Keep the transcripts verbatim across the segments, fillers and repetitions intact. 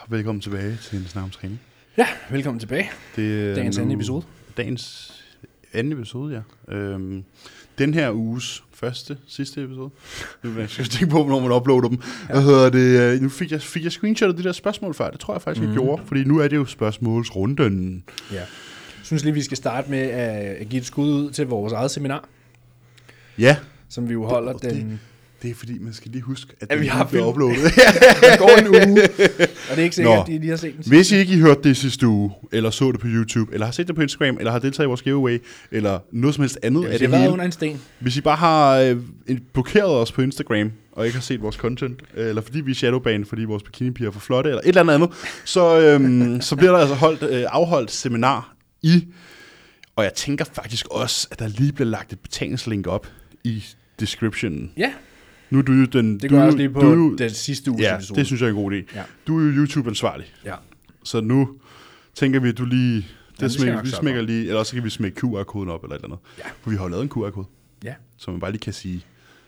velkommen tilbage til en snak om træning. Ja, velkommen tilbage. Det er dagens nu, anden episode. Dagens anden episode, ja. Øhm, den her uges første, sidste episode. Nu vil jeg skal tænke på, hvornår man uploader dem. Ja. Hvad hedder det? Nu fik jeg, fik jeg screenshotet de der spørgsmål før. Det tror jeg faktisk, mm. jeg gjorde. Fordi nu er det jo spørgsmålsrunden. Ja. Jeg synes lige, vi skal starte med at give et skud ud til vores eget seminar. Ja. Som vi jo holder det, den... Det. Det er fordi, man skal lige huske, at, at det vi har bliver uploadet. Det går en uge, og det er ikke sikkert, Nå. at de lige har set den. Hvis I ikke har hørt det sidste uge, eller så det på YouTube, eller har set det på Instagram, eller har deltaget i vores giveaway, eller noget som helst andet ja, af det det hele. hele. Under en sten. Hvis I bare har øh, blokeret os på Instagram, og ikke har set vores content, eller fordi vi er shadowban, fordi vores bikinipiger er for flotte, eller et eller andet andet, så, øhm, så bliver der altså holdt, øh, afholdt seminar i, og jeg tænker faktisk også, at der lige bliver lagt et betalingslink op i descriptionen. Ja. Nu er du jo den... Det gør du, jeg også lige på du, den sidste uges ja, episode. det synes jeg er en god idé. Ja. Du er jo YouTube-ansvarlig. Ja. Så nu tænker vi, at du lige... Det, ja, det smækker, vi smækker lige... Eller også så kan vi smække Q R-koden op eller et eller andet. Ja. For vi har jo lavet en Q R-kode. Ja. Så man bare lige kan sige...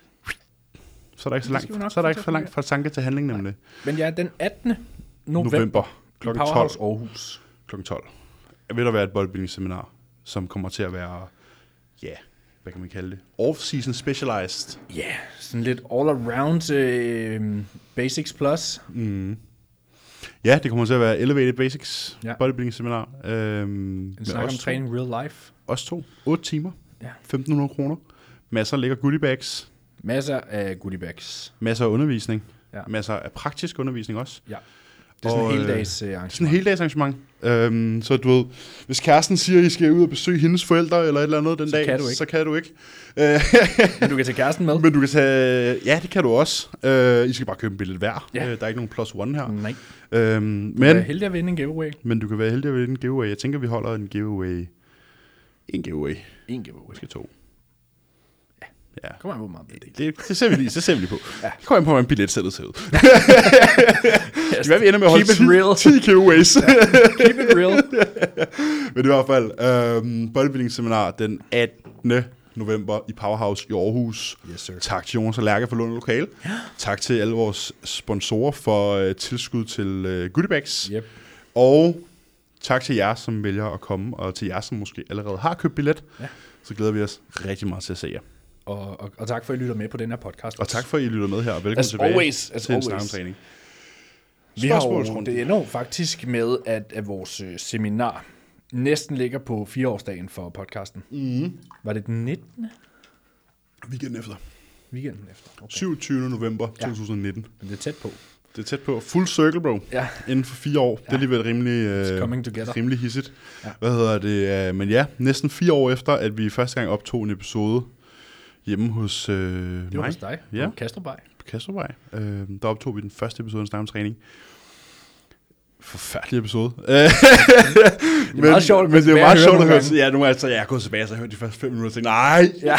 Så er der ikke så langt, nok så er der ikke for langt fra tanke til handling, nemlig. Men ja, den attende november, november klokken tolv. Powerhouse Aarhus. klokken tolv. Vil der være et bodybuilding-seminar, som kommer til at være... Ja... Yeah. Hvad kan man kalde det? Off-season specialized. Ja, yeah, sådan lidt all-around uh, basics plus. Mm. Ja, det kommer til at være Elevated Basics ja. bodybuilding seminar. Øhm, en snak om træning real life. Også to. otte timer. Ja. femten hundrede kroner. Masser af lækker goodie bags. Masser af goodie bags. Masser af undervisning. Ja. Masser af praktisk undervisning også. Ja. Det er sådan en heldags øh, arrangement. Sådan en heldags arrangement. Øhm, så du ved, hvis kæresten siger, at I skal ud og besøge hendes forældre eller et eller andet den så dag, kan du ikke. så kan du ikke. Men du kan tage kæresten med. Men du kan tage... Ja, det kan du også. Øh, I skal bare købe en billet hver. Ja. Øh, der er ikke nogen plus one her. Nej. Øhm, men, du er heldig at vinde en giveaway. Men du kan være heldig at vinde en giveaway. Jeg tænker, vi holder en giveaway. En giveaway. En giveaway. Måske to. Ja. Kommer an på meget det, det, det ser vi lige, det ser vi lige på. Ja. Det kommer an på, hvordan billetsættet ser ud. yes. Det vil vi ender med at holde ti, ti giveaways. Ja. Keep it real. Men i hvert fald, øhm, bodybuilding seminar den attende november i Powerhouse i Aarhus. Yes, sir. Tak til Jonas og Lærke for lånet lokale. Ja. Tak til alle vores sponsorer for uh, tilskud til uh, goodie bags. Yep. Og tak til jer, som vælger at komme, og til jer, som måske allerede har købt billet. Ja. Så glæder vi os rigtig meget til at se jer. Og, og, og tak for, at I lytter med på den her podcast. Og tak for, at I lytter med her, og velkommen as tilbage always, as til always. en snarmtræning. Vi har jo, det ender faktisk med, at, at vores seminar næsten ligger på fireårsdagen for podcasten. Mm. Var det den nittende? Weekenden efter. Weekenden efter. Okay. syvogtyvende november ja. to tusind nitten. Men det er tæt på. Det er tæt på. Full circle, bro. Ja. Inden for fire år. Ja. Det er alligevel rimelig, øh, rimelig hissigt. Ja. Hvad hedder det? Uh, men ja, næsten fire år efter, at vi første gang optog en episode hjemme hos øh, mig. Det var hos dig. Ja. På Kastrupvej. På Kastrupvej. Øh, der optog vi den første episode af Snak om Træning. Forfærdelig episode. det er men, meget sjovt, men det er meget sjovt at høre. Ja, nu er jeg, så jeg er gået tilbage, så jeg har hørt de første fem minutter og tænkt, nej! Ja.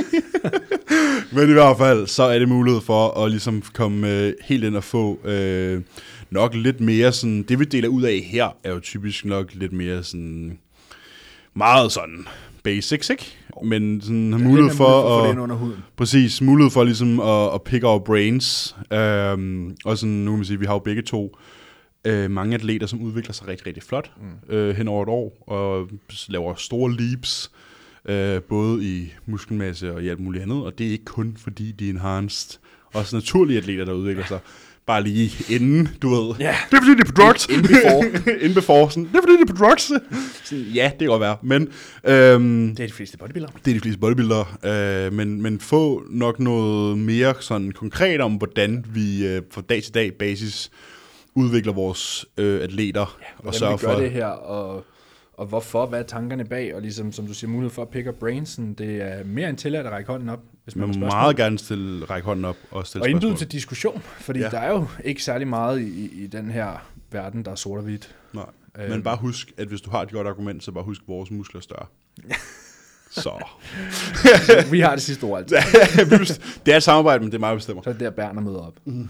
Men i hvert fald, så er det mulighed for at ligesom komme øh, helt ind og få øh, nok lidt mere sådan, det vi deler ud af her, er jo typisk nok lidt mere sådan, meget sådan basics, ikke? Men sådan har mulighed for, for at, at få under huden. Præcis, mulighed for ligesom at, at pick our brains. Øhm, og sådan, nu kan man sige, vi har jo begge to øh, mange atleter, som udvikler sig rigtig, rigtig flot mm. øh, hen over et år, og laver store leaps, øh, både i muskelmasse og i alt muligt andet, og det er ikke kun fordi, de er enhanced. Også naturlige atleter, der udvikler sig. Bare lige inden, du ved. Yeah. Det er fordi, de er på drugs. Inden before. inden before. Sådan. Det er fordi, de er på drugs. Sådan, ja, det kan godt være. Men, øhm, det er de fleste bodybuildere. Det er de fleste bodybuildere. Øh, men, men få nok noget mere sådan konkret om, hvordan vi øh, fra dag til dag basis udvikler vores øh, atleter. Ja, og sørger vi gør for det her, og, og hvorfor, hvad er tankerne bag, og ligesom, som du siger, mulighed for at pick up brainsen, det er mere end tilladt at række hånden op, hvis man, man må meget gerne stille, række hånden op og stille og spørgsmål. Og indbyde til diskussion, fordi ja. der er jo ikke særlig meget i, i den her verden, der er sort og hvidt. Nej, øhm. men bare husk, at hvis du har et godt argument, så bare husk, at vores muskler er større. Så. Vi har det sidste ord altid. Det er et samarbejde, men det er mig, der bestemmer. Så er det der Berner møder op. Mm.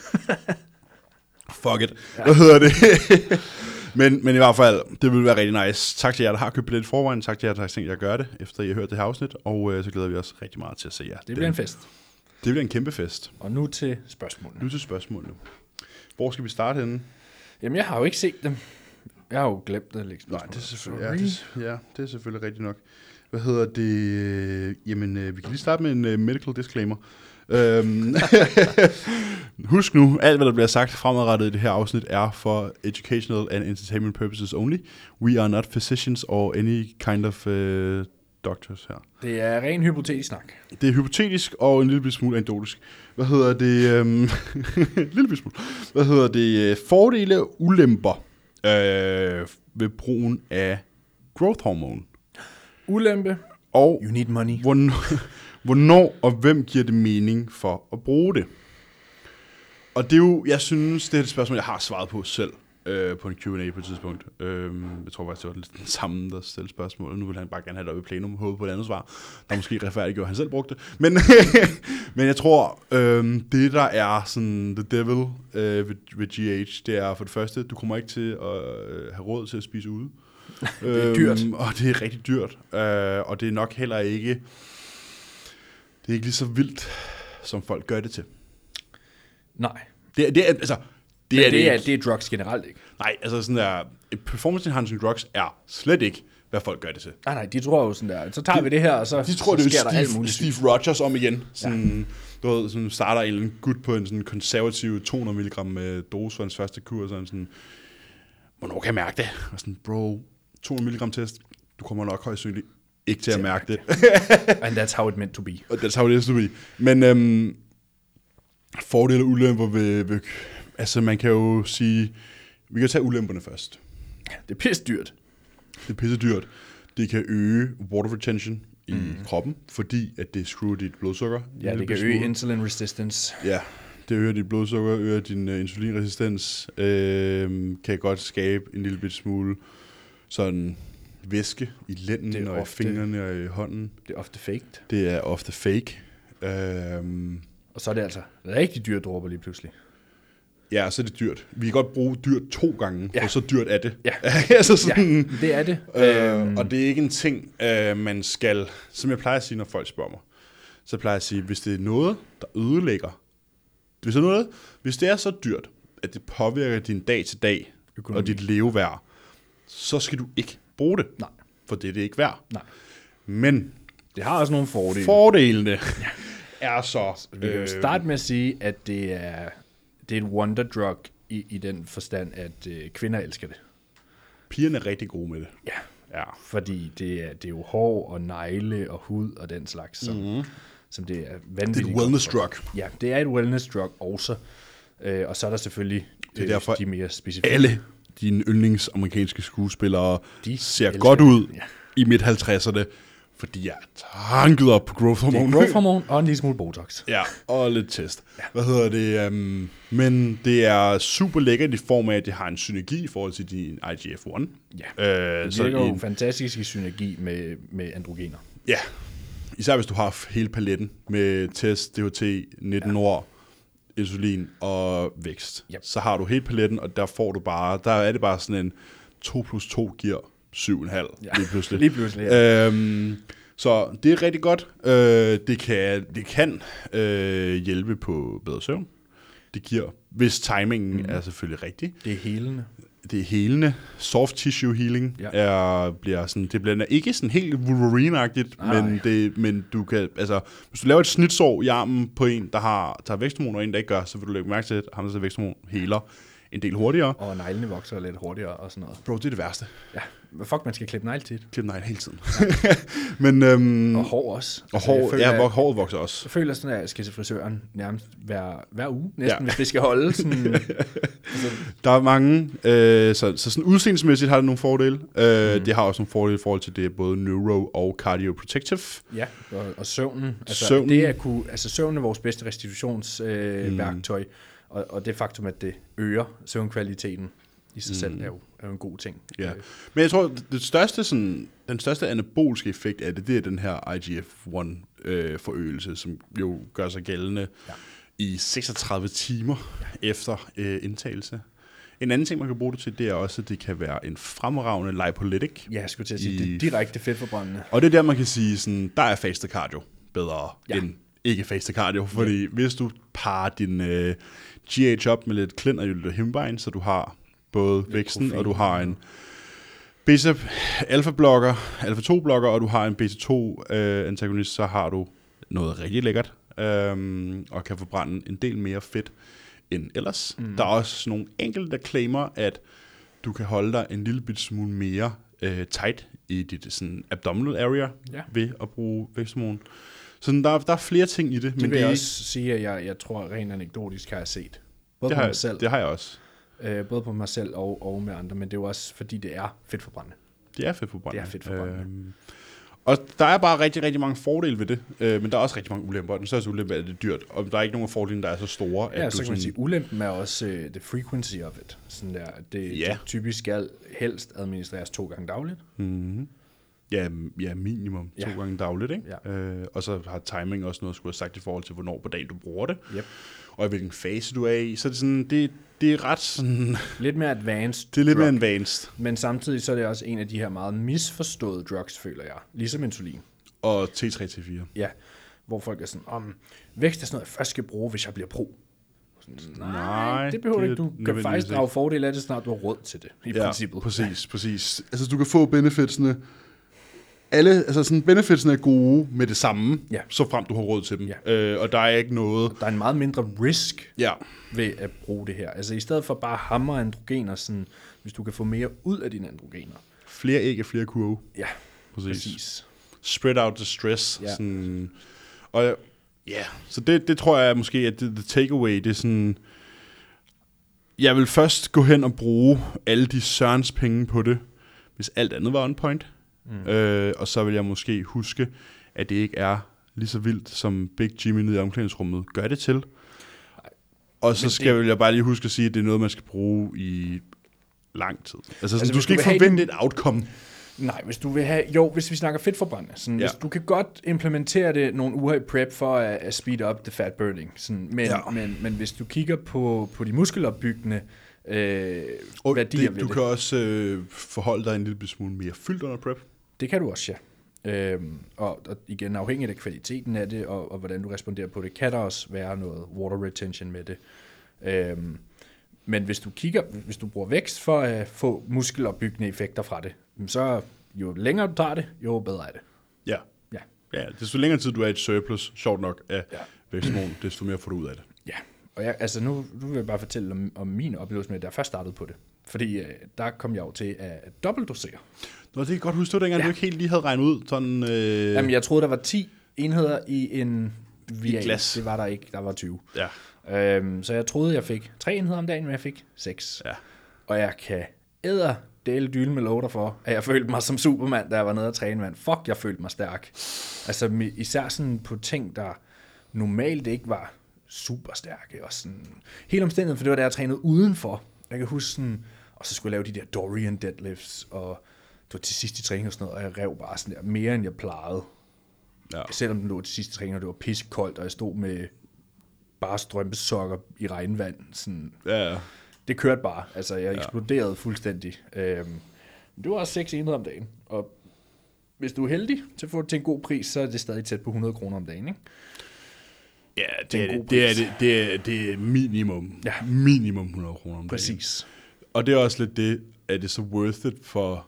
Fuck it. Ja. Hvad hedder det? men, men i hvert fald, det vil være rigtig nice. Tak til jer, der har købt billet i forvejen. Tak til jer, der har tænkt jer at gøre det, efter I har hørt det her afsnit. Og øh, så glæder vi os rigtig meget til at se jer. Det bliver en fest. Det bliver en kæmpe fest. Og nu til spørgsmålene. Nu til spørgsmålene. Hvor skal vi starte henne? Jamen, jeg har jo ikke set dem. Jeg har jo glemt det. Liksom. Nej, det er selvfølgelig, ja, det, ja, det er selvfølgelig rigtigt nok. Hvad hedder det? Jamen, øh, vi kan lige starte med en uh, medical disclaimer. Øhm, Husk nu, alt hvad der bliver sagt fremadrettet i det her afsnit er for educational and entertainment purposes only. We are not physicians or any kind of uh, doctors her. Det er ren hypotetisk snak. Det er hypotetisk og en lille smule anekdotisk. Hvad hedder det? Øhm, lille smule. Hvad hedder det? Fordele og ulemper øh, ved brugen af growth hormone. Ulempe. Og you need money. Hvornår, hvornår og hvem giver det mening for at bruge det? Og det er jo, jeg synes, det er et spørgsmål, jeg har svaret på selv øh, på en Q and A på et tidspunkt. Øh, jeg tror faktisk, det var lidt den samme, der stillede spørgsmål. Nu vil han bare gerne have det oppe i plenum, håbe på et andet svar, der måske retfærdiggjorde, at han selv brugte det. Men, men jeg tror, øh, det der er sådan the devil øh, ved, ved G H, det er for det første, du kommer ikke til at øh, have råd til at spise ude. Det er dyrt. Øhm, og det er rigtig dyrt. Øh, og det er nok heller ikke, det er ikke lige så vildt, som folk gør det til. Nej. Det, det er, altså, det Men er det, det er, ikke. det er drugs generelt ikke. Nej, altså sådan der, performance enhancing drugs er slet ikke, hvad folk gør det til. Nej, nej, de tror jo sådan der, så tager de, vi det her, og så, de tror, så det sker er der Steve, alt muligt. Steve Rogers om igen. Sådan, ja. Du ved, sådan starter en eller anden gut på en sådan konservativ to hundrede milligram dose for hans første kur, sådan sådan, hvornår kan jeg mærke det? Og sådan, bro, to hundrede milligram test, du kommer nok højst synligt ikke til at mærke det. And that's how it meant to be. Og that's how it is to be. Men øhm, fordele og ulemper ved, ved, altså man kan jo sige, vi kan tage ulemperne først. Det er pisse dyrt. Det er pisse dyrt. Det kan øge water retention i mm. kroppen, fordi at det skruer dit blodsukker. Ja, det kan øge insulin resistance. Ja, det øger dit blodsukker, øger din uh, insulinresistens, øh, kan godt skabe en lille bit smule sådan væske i lænden og ofte, i fingrene og i hånden. Det er ofte faked. Det er ofte fake. Øhm, og så er det altså rigtig dyrt dråber lige pludselig. Ja, så er det dyrt. Vi kan godt bruge dyrt to gange, ja. For så dyrt er det. Ja, altså sådan, ja det er det. Øh, øhm. Og det er ikke en ting, øh, man skal, som jeg plejer at sige, når folk spørger mig, så plejer jeg at sige, hvis det er noget, der ødelægger, hvis det er noget, hvis det er så dyrt, at det påvirker din dag til dag økonomi og dit leveværd, så skal du ikke bruge det. Nej. For det er det ikke værd. Nej. Men det har også nogle fordele. Fordelene ja. er så... Vi kan jo starte med at sige, at det er, det er et wonder drug i, i den forstand, at øh, kvinder elsker det. Pigerne er rigtig gode med det. Ja, ja. Fordi det er, det er jo hår og negle og hud og den slags, som, mm-hmm. som det er vanvittigt. Det er et wellness drug. Ja, det er et wellness drug også. Øh, og så er der selvfølgelig det er derfor de mere specifikke. Alle dine yndlingsamerikanske skuespillere de ser godt ud ja. i midt halvtredserne, fordi jeg er tanket op på growth hormone. Det er growth hormone og en lille smule Botox. Ja, og lidt test. Ja. Hvad hedder det? Um, men det er super lækkert i form af, at det har en synergi i forhold til din I G F et. Ja, øh, det virker jo en fantastisk synergi med, med androgener. Ja, især hvis du har hele paletten med test, D H T, nitten ja. år, insulin og vækst. Yep. Så har du hele paletten, og der får du bare, der er det bare sådan en to plus to giver syv komma fem ja. lige pludselig. lige pludselig, ja. øhm, så det er rigtig godt. Øh, det kan, det kan øh, hjælpe på bedre søvn. Det giver, hvis timingen mm. er selvfølgelig rigtig. Det er helende. Det er helende. Soft tissue healing ja. er, bliver sådan, det bliver ikke sådan helt Wolverine-agtigt, men, det, men du kan, altså, hvis du laver et snitsår i armen på en, der har, tager væksthormon, og en, der ikke gør, så vil du lægge mærke til, at ham, der tager væksthormon, heler en del hurtigere. Og neglene vokser lidt hurtigere og sådan noget. Bro, det er det værste. Ja, fuck, man skal klippe negle tit. Klippe negle hele tiden. Ja. men, øhm, og hår også. Og altså, hår, føler, ja, håret vokser også. Jeg føler sådan, at jeg skal til frisøren nærmest hver, hver uge, næsten, ja. hvis det skal holde. Sådan, altså. Der er mange, øh, så, så sådan udseendsmæssigt har det nogle fordele. Øh, mm. Det har også nogle fordele i forhold til det, både neuro- og cardioprotective. Ja, og, og søvnen. Altså, søvnen. Det er, kunne, altså, søvn er vores bedste restitutionsværktøj. Øh, mm. Og, og det faktum, at det øger søvnkvaliteten i sig mm. selv, er jo, er jo en god ting. Ja. Men jeg tror, det største, sådan, den største anabolske effekt af det, det er den her I G F et-forøgelse, øh, som jo gør sig gældende ja. i seksogtredive timer ja. efter øh, indtagelse. En anden ting, man kan bruge det til, det er også, at det kan være en fremragende lipolytic. Ja, jeg skulle til at sige, i, det er direkte fedtforbrændende. Og det er der, man kan sige, sådan, der er faste cardio bedre ja. end ikke faste cardio, fordi ja. hvis du parer din øh, G H op med lidt klint og lidt himbein, så du har både Lidt væksten, koffein. og du har en beta alfa-blokker, alfa to blokker, og du har en beta to øh, antagonist, så har du noget rigtig lækkert, øh, og kan forbrænde en del mere fedt end ellers. Mm. Der er også nogle enkelte, der claimer, at du kan holde dig en lille bit smule mere øh, tight i dit sådan, abdominal area Ja. ved at bruge væksthormon. Så der, der er flere ting i det. Det men vil det jeg er også sige, at jeg, jeg tror rent anekdotisk har jeg set. Både det på har, mig selv, det har jeg også. øh, både på mig selv og, og med andre, men det er jo også fordi, det er fedtforbrændende. Det er fedtforbrændende. Det er fedtforbrændende. Øhm, og der er bare rigtig, rigtig mange fordele ved det, øh, men der er også rigtig mange ulemper. Den største ulempe er, at det er dyrt, og der er ikke nogen af fordelene, der er så store. Ja, at så du kan man sådan, sige, ulempen er også uh, the frequency of it. Sådan der, at det, Ja. det typisk skal helst administreres to gange dagligt. Mm-hmm. Ja, ja, minimum to Ja. gange dagligt, ikke? Ja. Øh, og så har timing også noget, skulle have sagt i forhold til, hvornår på dagen du bruger det, Yep. og i hvilken fase du er i. Så det er, sådan, det, det er ret sådan, Lidt mere advanced det er lidt drug, mere advanced. men samtidig så er det også en af de her meget misforståede drugs, føler jeg. Ligesom insulin. Og T tre T fire. Ja, hvor folk er sådan, om vækst er sådan noget, jeg først skal bruge, hvis jeg bliver pro. Sådan, nej, Nej, det behøver det du er ikke. Du kan nødvendigvis faktisk ikke. drage fordel af det, snart du har råd til det, i Ja, princippet. præcis, præcis. Altså, du kan få benefitsene. Alle, altså sådan, benefitsene er gode med det samme, Ja. så frem du har råd til dem. Ja. Øh, og der er ikke noget... Der er en meget mindre risk Ja, ved at bruge det her. Altså i stedet for bare at hamre androgener, sådan, hvis du kan få mere ud af dine androgener. flere æg og flere kurve. Ja, Præcis. præcis. Spread out the stress. Ja. Sådan, og ja, så det, det tror jeg måske, at det, the takeaway, det er sådan... Jeg vil først gå hen og bruge alle de sørens penge på det, hvis alt andet var on point. Mm. Øh, og så vil jeg måske huske, at det ikke er lige så vildt, som Big Jimmy nede i omklædningsrummet gør det til. Og så Men skal det- det... jeg bare lige huske at sige, at det er noget, man skal bruge i lang tid. Altså, altså sådan, du hvis skal du ikke vil have forvente en- et outcome. Nej, hvis du vil have... Jo, hvis vi snakker fedtforbrændende. Sådan, Ja. hvis du kan godt implementere det nogle uger i prep for at, at speed up the fat burning. Sådan, men, Ja. men, men hvis du kigger på, på de muskelopbyggende øh, Og værdier det, ved du det, kan også øh, forholde dig en lille smule mere fyldt under prep. det kan du også, ja. Øhm, og, og igen, afhængigt af kvaliteten af det, og, og hvordan du responderer på det, kan der også være noget water retention med det. Øhm, men hvis du kigger, hvis du bruger vækst for at få muskelopbyggende effekter fra det, så jo længere du tager det, jo bedre er det. Ja. Ja. Ja, desto længere tid du er i et surplus, sjovt nok, af Ja. ja. væksthormon, desto mere får du ud af det. Ja, og jeg, altså nu, nu vil jeg bare fortælle om, om min oplevelse med, da jeg først startede på det. Fordi øh, der kom jeg jo til at dobbeltdosere. Nå, det kan jeg godt huske, det var dengang, Ja. ja. du ikke helt lige havde regnet ud. Sådan, øh... Jamen, jeg troede, der var ti enheder i en V A. I glas. Det var der ikke, der var tyve. Ja. Øhm, så jeg troede, jeg fik tre enheder om dagen, men jeg fik seks. Ja. Og jeg kan æder dele dylen med lov for, at jeg følte mig som Superman, da jeg var nede og træne, mand. Fuck, jeg følte mig stærk. Altså mi- især sådan på ting, der normalt ikke var super stærke. Og sådan helt omstændighed, for det var da jeg trænede udenfor. Jeg kan huske sådan, og så skulle jeg lave de der Dorian deadlifts, og det var til sidst i træning og sådan noget, og jeg rev bare sådan der mere, end jeg plejede. Ja. Selvom den lå til sidste træning, og det var pissekoldt, og jeg stod med bare strømpesokker i regnvand. Sådan, Ja, ja. det kørte bare. Altså, jeg eksploderede fuldstændig. Øhm, det var også seks enheder om dagen. Og hvis du er heldig til at få det til en god pris, så er det stadig tæt på hundrede kroner om dagen, ikke? Ja, Det det, er er en det, god det, er pris. det, det, er, det er minimum. Ja. Minimum hundrede kroner om dagen. Præcis. Og det er også lidt det, at det er så worth it for...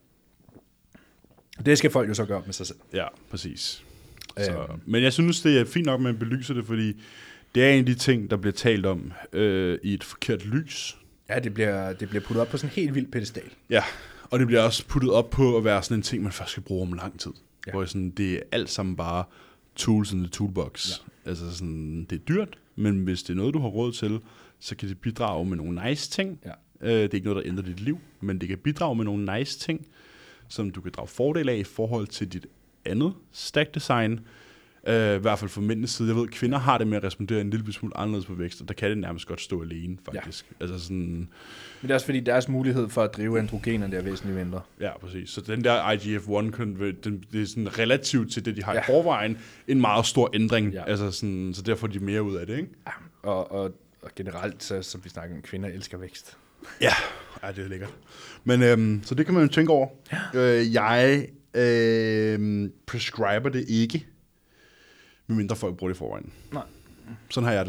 Det skal folk jo så gøre med sig selv. Ja, præcis. Så, Øhm. men jeg synes, det er fint nok, at man belyser det, fordi det er en af de ting, der bliver talt om øh, i et forkert lys. Ja, det bliver, det bliver puttet op på sådan en helt vild pedestal. Ja, og det bliver også puttet op på at være sådan en ting, man først skal bruge om lang tid. Ja. Ja. Hvor sådan, det er alt sammen bare tools in the toolbox. Ja. Altså sådan, det er dyrt, men hvis det er noget, du har råd til, så kan det bidrage med nogle nice ting. Ja. Øh, det er ikke noget, der ændrer dit liv, men det kan bidrage med nogle nice ting, som du kan drage fordel af i forhold til dit andet stack design. Uh, I hvert fald fra mændenes side. Jeg ved, at kvinder har det med at respondere en lille smule anderledes på vækst, og der kan det nærmest godt stå alene, faktisk. Ja. Altså sådan, Men det er også fordi, deres mulighed for at drive androgenerne er væsentligt mindre. ja, præcis. Så den der I G F et, den, det er sådan relativt til det, de har Ja. ja. i forvejen, en meget stor ændring. Ja. Ja. Altså sådan, så derfor får de mere ud af det, ikke? Og, og, og generelt, så, som vi snakker om, kvinder elsker vækst. Ja, ja det er lækkert. Men øhm, så det kan man jo tænke over. Ja. Øh, jeg øh, prescriber det ikke, medmindre folk bruger det i forvejen. Nej. Sådan har jeg det lidt.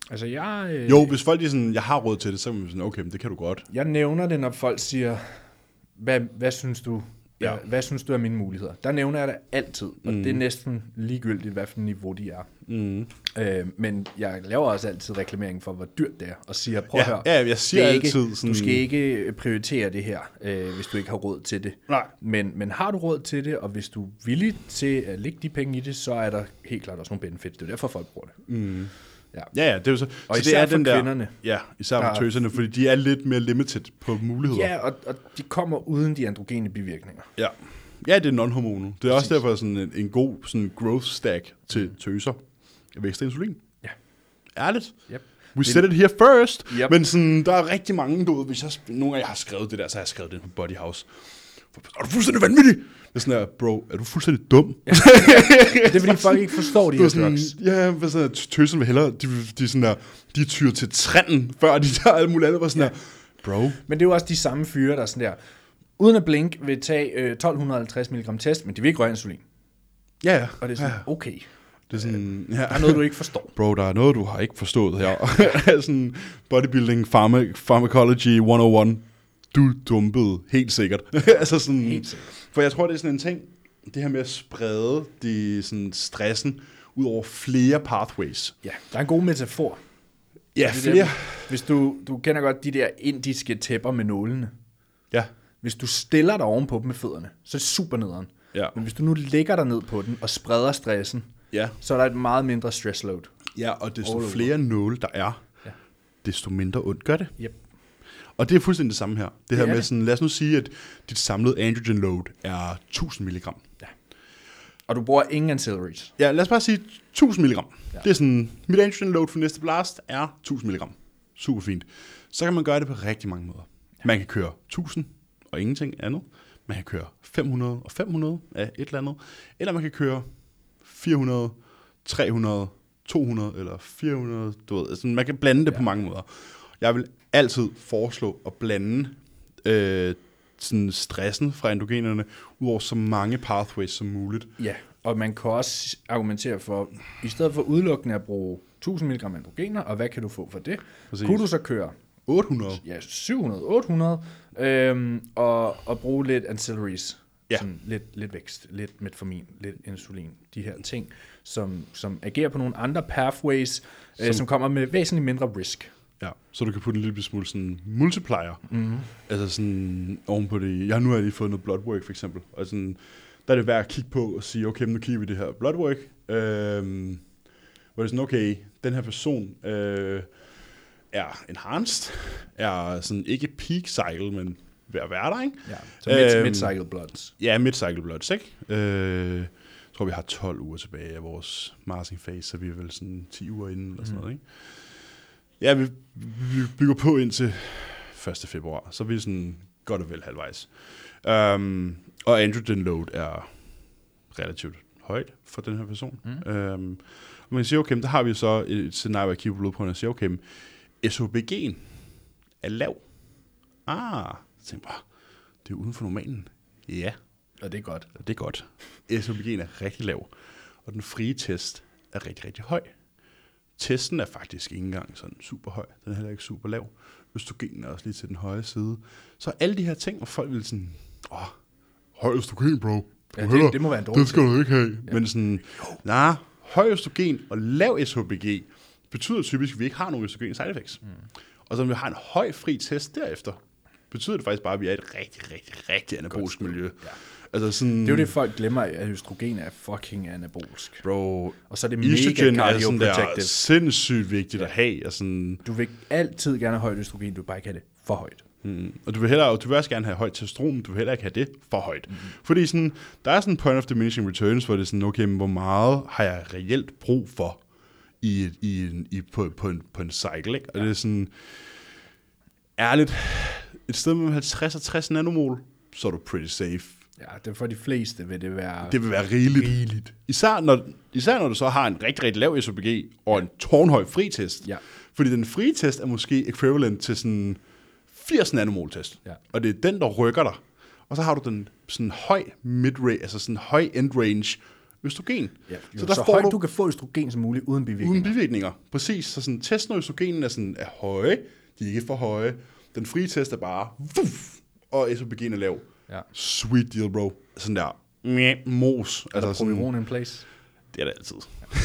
Altså, jeg... Øh, Jo, hvis folk er sådan, jeg har råd til det, så er man sådan, okay, men det kan du godt. Jeg nævner det, når folk siger, hvad, hvad synes du... Ja. Ja. Hvad synes du er mine muligheder? Der nævner jeg det altid, og mm. det er næsten ligegyldigt, hvad for niveau de er. Mm. Øh, men jeg laver også altid reklamering for, hvor dyrt det er, og siger, prøv at Ja, høre, ja, jeg siger det er ikke, altid sådan... du skal ikke prioritere det her, øh, hvis du ikke har råd til det. Nej. Men, men har du råd til det, og hvis du er villig til at lægge de penge i det, så er der helt klart også nogle benefits. Det er derfor, folk bruger det. Mm. Ja. Ja, ja, det er jo så... Og så især det er for den der, kvinderne. Ja, især for Der- tøserne, fordi de er lidt mere limited på muligheder. Ja, og, og de kommer uden de androgene bivirkninger. Ja, ja det er non-hormonal. Det er også Præcis. derfor sådan en, en god sådan growth stack til tøser. Jeg vækster insulin. Ja. Ærligt. Yep. We said it here first. Yep. Men sådan, der er rigtig mange, du ved, hvis jeg, nogle af jer har skrevet det der, så har jeg skrevet det på Body House. Er du fuldstændig vanvittig? Det er sådan her, bro, er du fuldstændig dum? Ja. Det er fordi, folk ikke forstår de Det her er sådan, drugs. ja, hvad sådan, tøserne vil hellere, de, de, er sådan der, de tyr til trenden, før de tager alt muligt andet, var sådan ja. der, bro. Men det er jo også de samme fyre, der er sådan der, uden at blink, vil tage øh, tolv halvtreds milligram test, men de vil ikke røre insulin. Ja, ja. Og det er sådan, ja. okay, Det er sådan, ja. der er noget, du ikke forstår. Bro, der er noget, du har ikke forstået her. Sådan bodybuilding, pharma, pharmacology et nul et. Du dumpede, helt sikkert. altså sådan, Helt sikkert. For jeg tror, det er sådan en ting, det her med at sprede de, sådan, stressen ud over flere pathways. Ja, der er en god metafor. Ja, Det er flere. der, hvis du, du kender godt de der indiske tæpper med nålene. Ja, Hvis du stiller dig ovenpå dem med fødderne, så er det super nederen. ja, Men hvis du nu lægger dig ned på den og spreder stressen, ja. så er der et meget mindre stressload. Ja, og desto All over. flere nåle der er, Ja. desto mindre ondt gør det. Yep. Og det er fuldstændig det samme her. Det her er med det. sådan, lad os nu sige, at dit samlede androgen load er tusind milligram. Og du bruger ingen ancillaries. Ja, lad os bare sige tusind milligram. Ja. Ja. Det er sådan, mit androgen load for næste blast er tusind milligram. Super fint. Så kan man gøre det på rigtig mange måder. Ja. Man kan køre tusind og ingenting andet. Man kan køre fem hundrede og fem hundrede af et eller andet. Eller man kan køre fire hundrede, tre hundrede, to hundrede eller fire hundrede. Du ved, altså, man kan blande det ja. på mange måder. Jeg vil altid foreslå at blande øh, sådan stressen fra endogenerne ud over så mange pathways som muligt. Ja, og man kan også argumentere for, i stedet for udelukkende at bruge tusind milligram androgener, og hvad kan du få for det? Præcis. Kunne du så køre otte hundrede. ja, syv hundrede, otte hundrede, øhm, og, og bruge lidt ancillaries, Ja. sådan lidt, lidt vækst, lidt metformin, lidt insulin, de her ting, som, som agerer på nogle andre pathways, som, øh, som kommer med væsentligt mindre risk. Ja, så du kan putte en lille smule sådan multiplier. Mm-hmm. Altså sådan ovenpå det. Jeg har nu har lige fået noget bloodwork for eksempel. Og sådan, der er det værd at kigge på og sige, okay, nu kigger vi det her bloodwork. Øhm, hvor det er sådan, okay, den her person øh, er enhanced, er sådan ikke peak cycle, men ved at være der, ikke? Ja, så mid, Øhm, mid-cycle bloods. Ja, mid-cycle bloods, ikke? Øh, jeg tror, vi har tolv uger tilbage af vores marsing phase, så vi er vel sådan ti uger inden, eller sådan noget, ikke? Ja, vi, vi bygger på indtil første februar, så er vi sådan godt og vel halvvejs. Um, og androgen load er relativt højt for den her person. Mm. Um, og man siger, okay, der har vi så et scenarie, hvor jeg kigger på blodprøven og siger, okay, S H B G'en er lav. Ah, så tænker jeg bare, det er uden for normalen. Ja, Og det er godt. og det er godt. S H B G'en er rigtig lav, og den frie test er rigtig, rigtig høj. Testen er faktisk ikke engang sådan super høj. Den er heller ikke super lav. Østrogen er også lige til den høje side. Så alle de her ting, hvor folk vil sådan, åh, høj østrogen, bro. Ja, det, det må være en dårlig Det skal ting. du ikke have. Ja. Men sådan, nej, høj østrogen og lav S H B G betyder typisk, at vi ikke har nogen østrogen side effects. Mm. Og så når vi har en høj fri test derefter, betyder det faktisk bare, at vi er i et rigtig, rigtig, rigtig anabolisk miljø. Ja. Altså sådan, Det er jo det, folk glemmer, at østrogen er fucking anabolsk. bro, Og så er det mega estrogen er sådan der cardioprotective. sindssygt vigtigt at have. Og, sådan, Du vil altid gerne have højt østrogen, du vil bare ikke have det for højt. mm, og du vil, hellere, og du vil også gerne have højt testosteron, du vil heller ikke have det for højt. Mm. Fordi sådan, der er sådan en point of diminishing returns, hvor det er sådan, okay, men hvor meget har jeg reelt brug for i, i, en, i, på, på, en, på en cycle, ikke? Og ja. Det er sådan, ærligt, et sted mellem halvtreds og tres nanomol, så er du pretty safe. Ja, det er for de fleste vil det være... Det vil være rigeligt. rigeligt. Især, når, især når du så har en rigtig, rigtig lav S H B G og en tårnhøj fritest. Ja. Fordi den fritest er måske equivalent til sådan firs nanomol test. Ja. Og det er den, der rykker dig. Og så har du den sådan høj mid-range, altså sådan høj end-range østrogen. Ja, jo, så der så får højt du, du kan få østrogen som muligt, uden bivirkninger. Uden bivirkninger, præcis. Så sådan, testen og østrogenen er, sådan, er høje, de er ikke for høje. Den frie test er bare, vuff, og estrogen er lav. Ja. Sweet deal, bro. Sådan der, meh, mos. Er der altså progeron in place? Det er det altid.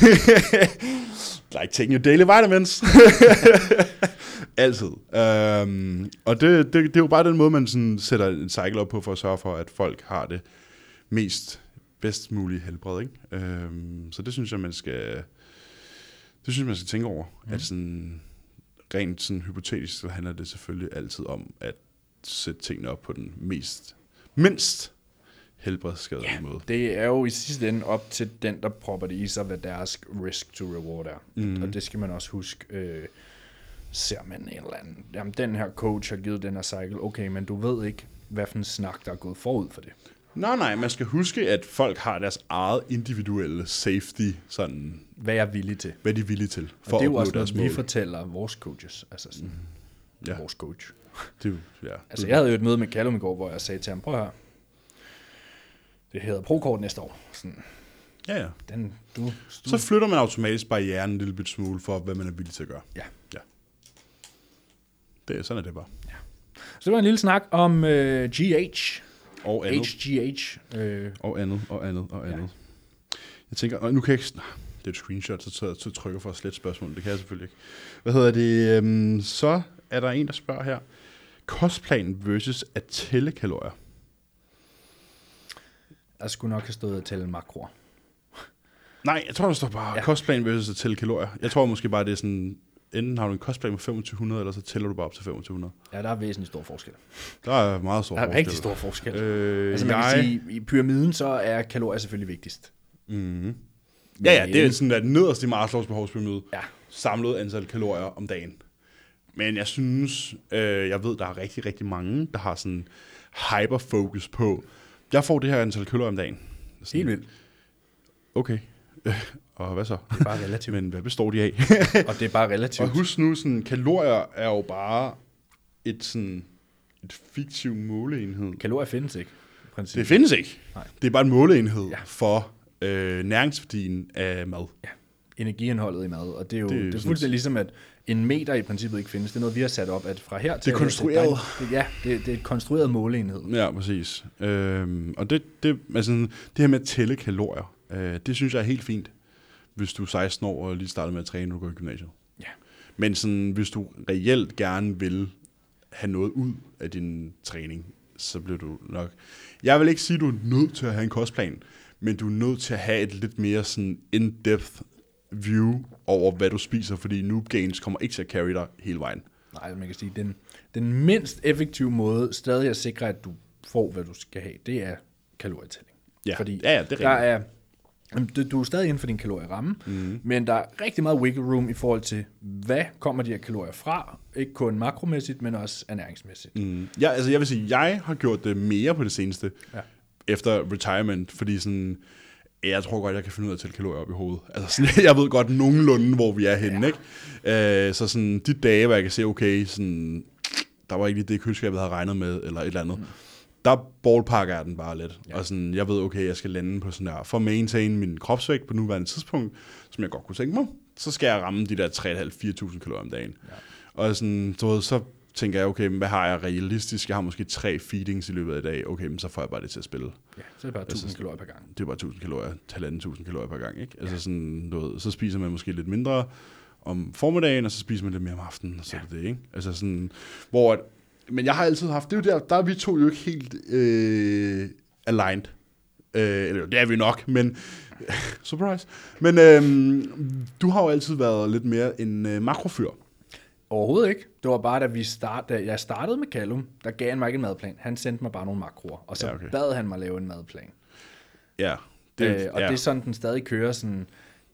Like taking your daily vitamins. Altid. Um, og det, det, det er jo bare den måde, man sådan sætter en cycle op på, for at sørge for, at folk har det mest, bedst mulige helbred. Ikke? Um, så det synes jeg, man skal, det synes jeg, man skal tænke over. Mm. At sådan, rent sådan hypotetisk, så handler det selvfølgelig altid om, at sætte tingene op på den mest, mindst helbredsskadelige ja, måde. Det er jo i sidste ende op til den, der propper det i sig, hvad deres risk to reward er. Mm. Og det skal man også huske. Øh, ser man en eller anden, jamen den her coach har givet den her cycle, okay, men du ved ikke, hvad for en snak, der er gået forud for det. Nej, nej, man skal huske, at folk har deres eget individuelle safety, sådan, hvad jeg er villig til. Hvad de er villige til, for og det er jo at også deres noget, vi mål. fortæller vores coaches, altså sådan, mm. ja. vores coach. Det, ja. Altså jeg havde jo et møde med Callum i går, hvor jeg sagde til ham, prøv at høre, det hedder ProCord næste år. Sådan, ja, ja. Den, du, du... Så flytter man automatisk barrieren en lille bit smule for, hvad man er villig til at gøre. Ja. ja. Det, sådan er det bare. Ja. Så det var en lille snak om øh, G H. Og andet. H G H. Øh. Og andet, og andet, og andet. Ja. Jeg tænker, og nu kan jeg ikke... Det er et screenshot, så, så, så trykker for at slette spørgsmålet. Det kan jeg selvfølgelig ikke. Hvad hedder det? Øhm, så er der en, der spørger her. Kostplan versus at tælle kalorier. Jeg skulle nok have stået og tælle makroer. Nej, jeg tror, der står bare ja. Kostplan versus at tælle kalorier. Jeg tror måske bare, det er sådan... Enten har du en kostplan med femogtyve hundrede, eller så tæller du bare op til femogtyve hundrede. Ja, der er væsentligt stor forskel. Der er meget stor forskel. Der er forskel. rigtig stor forskel. Øh, altså man jeg... kan sige, i pyramiden, så er kalorier selvfølgelig vigtigst. Mm-hmm. Ja, ja, det er sådan, at nederst i Maslows behovspyramide, ja. samlet antal kalorier om dagen. Men jeg synes, øh, jeg ved, der er rigtig, rigtig mange, der har sådan hyperfokus på, jeg får det her antal kalorier om dagen. Sådan, helt vildt. Okay. Og hvad så? Det er bare relativt. Men hvad består de af? Og det er bare relativt. Og husk nu, sådan, kalorier er jo bare et, sådan, et fiktiv måleenhed. Kalorier findes ikke. Det findes ikke. Nej. Det er bare en måleenhed ja. for øh, næringsværdien af mad. Ja. Energiindholdet i mad. Og det er jo det er, det er fuldstændig ligesom, at en meter i princippet ikke findes. Det er noget, vi har sat op, at fra her til... Det er konstrueret. Til, ja, det, det er et konstrueret måleenhed. Ja, præcis. Øhm, og det, det, altså, det her med at tælle kalorier, øh, det synes jeg er helt fint, hvis du er seksten år og lige startet med at træne, når du går i gymnasiet. Ja. Men sådan, hvis du reelt gerne vil have noget ud af din træning, så bliver du nok... Jeg vil ikke sige, at du er nødt til at have en kostplan, men du er nødt til at have et lidt mere sådan in-depth view over, hvad du spiser, fordi noob gains kommer ikke til at carry dig hele vejen. Nej, man kan sige, den, den mindst effektive måde stadig at sikre, at du får, hvad du skal have, det er kalorietælling. Ja, fordi ja, ja det er der er, du, du er stadig inden for din kalorieramme, mm. men der er rigtig meget wiggle room i forhold til, hvad kommer de her kalorier fra? Ikke kun makromæssigt, men også ernæringsmæssigt. Mm. Ja, altså jeg vil sige, jeg har gjort det mere på det seneste, ja. efter retirement, fordi sådan... Jeg tror godt, jeg kan finde ud af at tælle kalorier op i hovedet. Altså, sådan, jeg ved godt nogenlunde, hvor vi er henne, ja. ikke? Øh, så sådan, de dage, hvor jeg kan se, okay, sådan, der var ikke lige det, køleskabet havde regnet med, eller et eller andet. Mm. Der ballparker jeg den bare lidt. Ja. Og sådan, jeg ved, okay, jeg skal lande på sådan der, for at maintain min kropsvægt på nuværende tidspunkt, som jeg godt kunne tænke mig, så skal jeg ramme de der tre tusind fem hundrede til fire tusind kalorier om dagen. Ja. Og sådan, så, så tænker jeg, okay, hvad har jeg realistisk? Jeg har måske tre feedings i løbet af i dag. Okay, men så får jeg bare det til at spille. Ja, så er det bare tusind altså, kalorier per gang. Det er bare tusind kalorier, halvanden tusind kalorier per gang, ikke? Altså ja. sådan, du ved, så spiser man måske lidt mindre om formiddagen, og så spiser man lidt mere om aftenen, og så ja. er det det, ikke? Altså sådan, hvor... Men jeg har altid haft... Det er jo der, der er vi to jo ikke helt øh, aligned. Øh, eller det er vi nok, men... surprise. Men øh, du har jo altid været lidt mere en øh, makrofyr. Overhovedet ikke. Det var bare, da, vi start, da jeg startede med Callum, der gav han mig ikke en madplan. Han sendte mig bare nogle makroer, og så ja, okay. bad han mig lave en madplan. Ja. Det, øh, og ja. det er sådan, den stadig kører sådan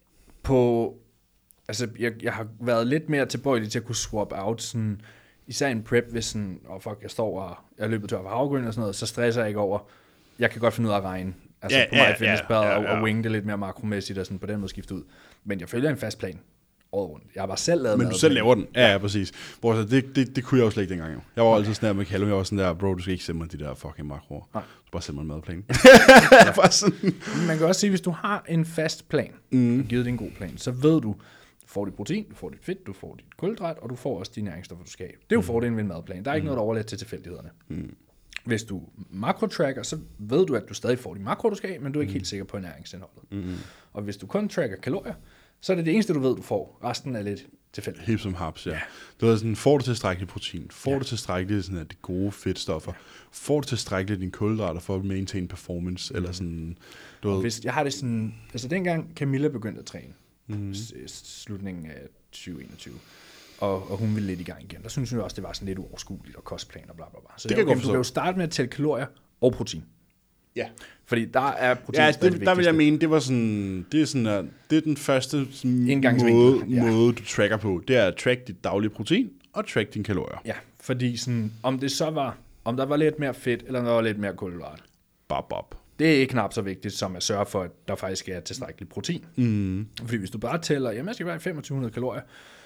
på... Altså, jeg, jeg har været lidt mere tilbøjelig til at kunne swap out, sådan, især en prep, hvis sådan, åh oh fuck, jeg står og jeg er løbet tør for havgryn og sådan noget, så stresser jeg ikke over, jeg kan godt finde ud af at regne. Altså ja, på mig ja, fitness ja, ja, ja. og, og winge det lidt mere makromæssigt og sådan på den måde skifte ud. Men jeg følger en fast plan. året rundt. Jeg har bare selv lavet Men du madplan. selv laver den? Ja, ja, præcis. Hvor, så det, det, det kunne jeg jo slet ikke dengang. Jo. Jeg var altid sådan der med Callum, jeg var sådan der, bro, du skal ikke sende mig de der fucking makroer. Du skal bare sende mig en madplan. Bare sådan. Man kan også sige, hvis du har en fast plan, mm. givet din god plan, så ved du, du får dit protein, du får dit fedt, du får dit kulhydrat, og du får også de næringsstoffer, du skal have. Det er jo mm. fordelen ved en madplan. Der er ikke mm. noget, der overladt til tilfældighederne. Mm. Hvis du makrotracker, så ved du, at du stadig får de makro, du skal have, men du er ikke mm. helt sikker på ernæringsindholdet. Mm. Og hvis du kun tracker kalorier, så er det det eneste, du ved, du får. Resten er lidt tilfældigt. Helt som haps, ja. ja. Det var sådan, får du tilstrækkeligt protein? Får ja. du tilstrækkeligt sådan, at de gode fedtstoffer? Ja. Får du tilstrækkeligt dine kulhydrater for at maintain performance? Mm. Eller sådan, du ved. Hvis, jeg har det sådan, altså dengang Camilla begyndte at træne, mm. slutningen af tyve enogtyve, og, og hun ville lidt i gang igen, der synes jeg også, det var sådan lidt uoverskueligt og kostplan og bla bla bla. Så det, det kan okay, du kan jo starte med at tælle kalorier og protein. Ja. Fordi der er protein. Ja, det, der vil jeg mene, det var sådan, det er sådan, at det er den første sådan, måde, ja. måde, du tracker på. Det er at track dit daglige protein og track dine kalorier. Ja, fordi sådan, om det så var, om der var lidt mere fedt, eller der var lidt mere kulhydrat. Bob, bob. Det er ikke knap så vigtigt, som at sørge for, at der faktisk er tilstrækkeligt protein. Mm. Fordi hvis du bare tæller, jamen jeg skal være femogtyve hundrede kalorier,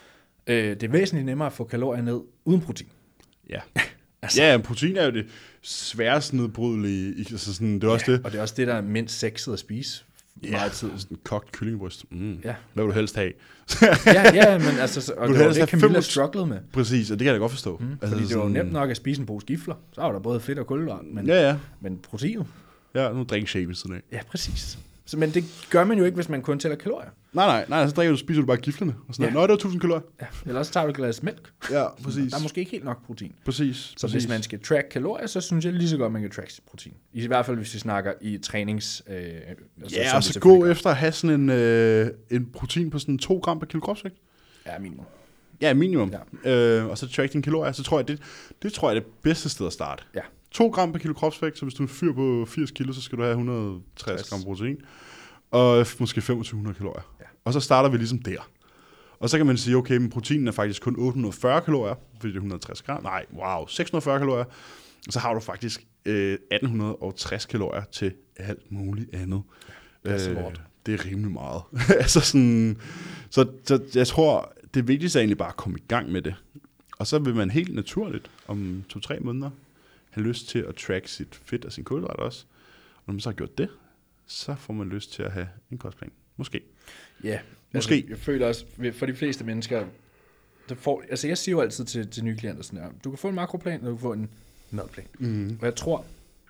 øh, det er væsentligt nemmere at få kalorier ned uden protein. Ja. Altså. Ja, protein er jo det sværest nedbrydelige. Altså sådan, det er også ja, det. Og det er også det, der er mindst sexet at spise ja, meget tid. Sådan en kogt kyllingebryst. Mm. Ja. Hvad vil du helst have? ja, ja, men altså, og det var det, Camilla strugglede med. Præcis, og det kan jeg da godt forstå. Mm, altså, fordi det var jo nemt nok at spise en pose gifler. Så var der både fedt og kulhydrat, men, ja, ja. men protein. Ja, nu drikker shake ved siden af. Ja, præcis. Så, men det gør man jo ikke, hvis man kun tæller kalorier. Nej, nej, nej, så drikker du, spiser du bare giflerne. Og sådan ja. Nå, det var tusind kalorier. Ja, eller så tager du et glas mælk. Ja, præcis. Der er måske ikke helt nok protein. Præcis. Så præcis. hvis man skal track kalorier, så synes jeg lige så godt, man kan track sit protein. I hvert fald, hvis vi snakker i trænings... Øh, altså, ja, og så gå gør. efter at have sådan en, øh, en protein på sådan to gram per kilo kropsvægt. Ja, minimum. Ja, minimum. Ja. Øh, og så track dine kalorier. Så tror jeg, det, det tror jeg er det bedste sted at starte. Ja. to gram per kilo kropsvægt, så hvis du er en fyr på firs kilo, så skal du have et hundrede og tres gram protein. Og måske femogtyve hundrede kalorier. Ja. Og så starter vi ligesom der. Og så kan man sige, okay, men proteinen er faktisk kun otte hundrede og fyrre kalorier, fordi det er et hundrede og tres gram. Nej, wow, seks hundrede og fyrre kalorier. Og så har du faktisk øh, atten hundrede og tres kalorier til alt muligt andet. Ja, det, er øh, det er rimelig meget. altså sådan, så, så jeg tror, det vigtigste er egentlig bare at komme i gang med det. Og så vil man helt naturligt om to-tre måneder have lyst til at track sit fedt og sin kulhydrat også. Og når man så har gjort det, så får man lyst til at have en kostplan. Måske. Ja, måske. Altså, jeg føler også, for de fleste mennesker, der får, altså jeg siger jo altid til, til nye klienter sådan her, du kan få en makroplan, og du kan få en madplan. Mm. Og jeg tror,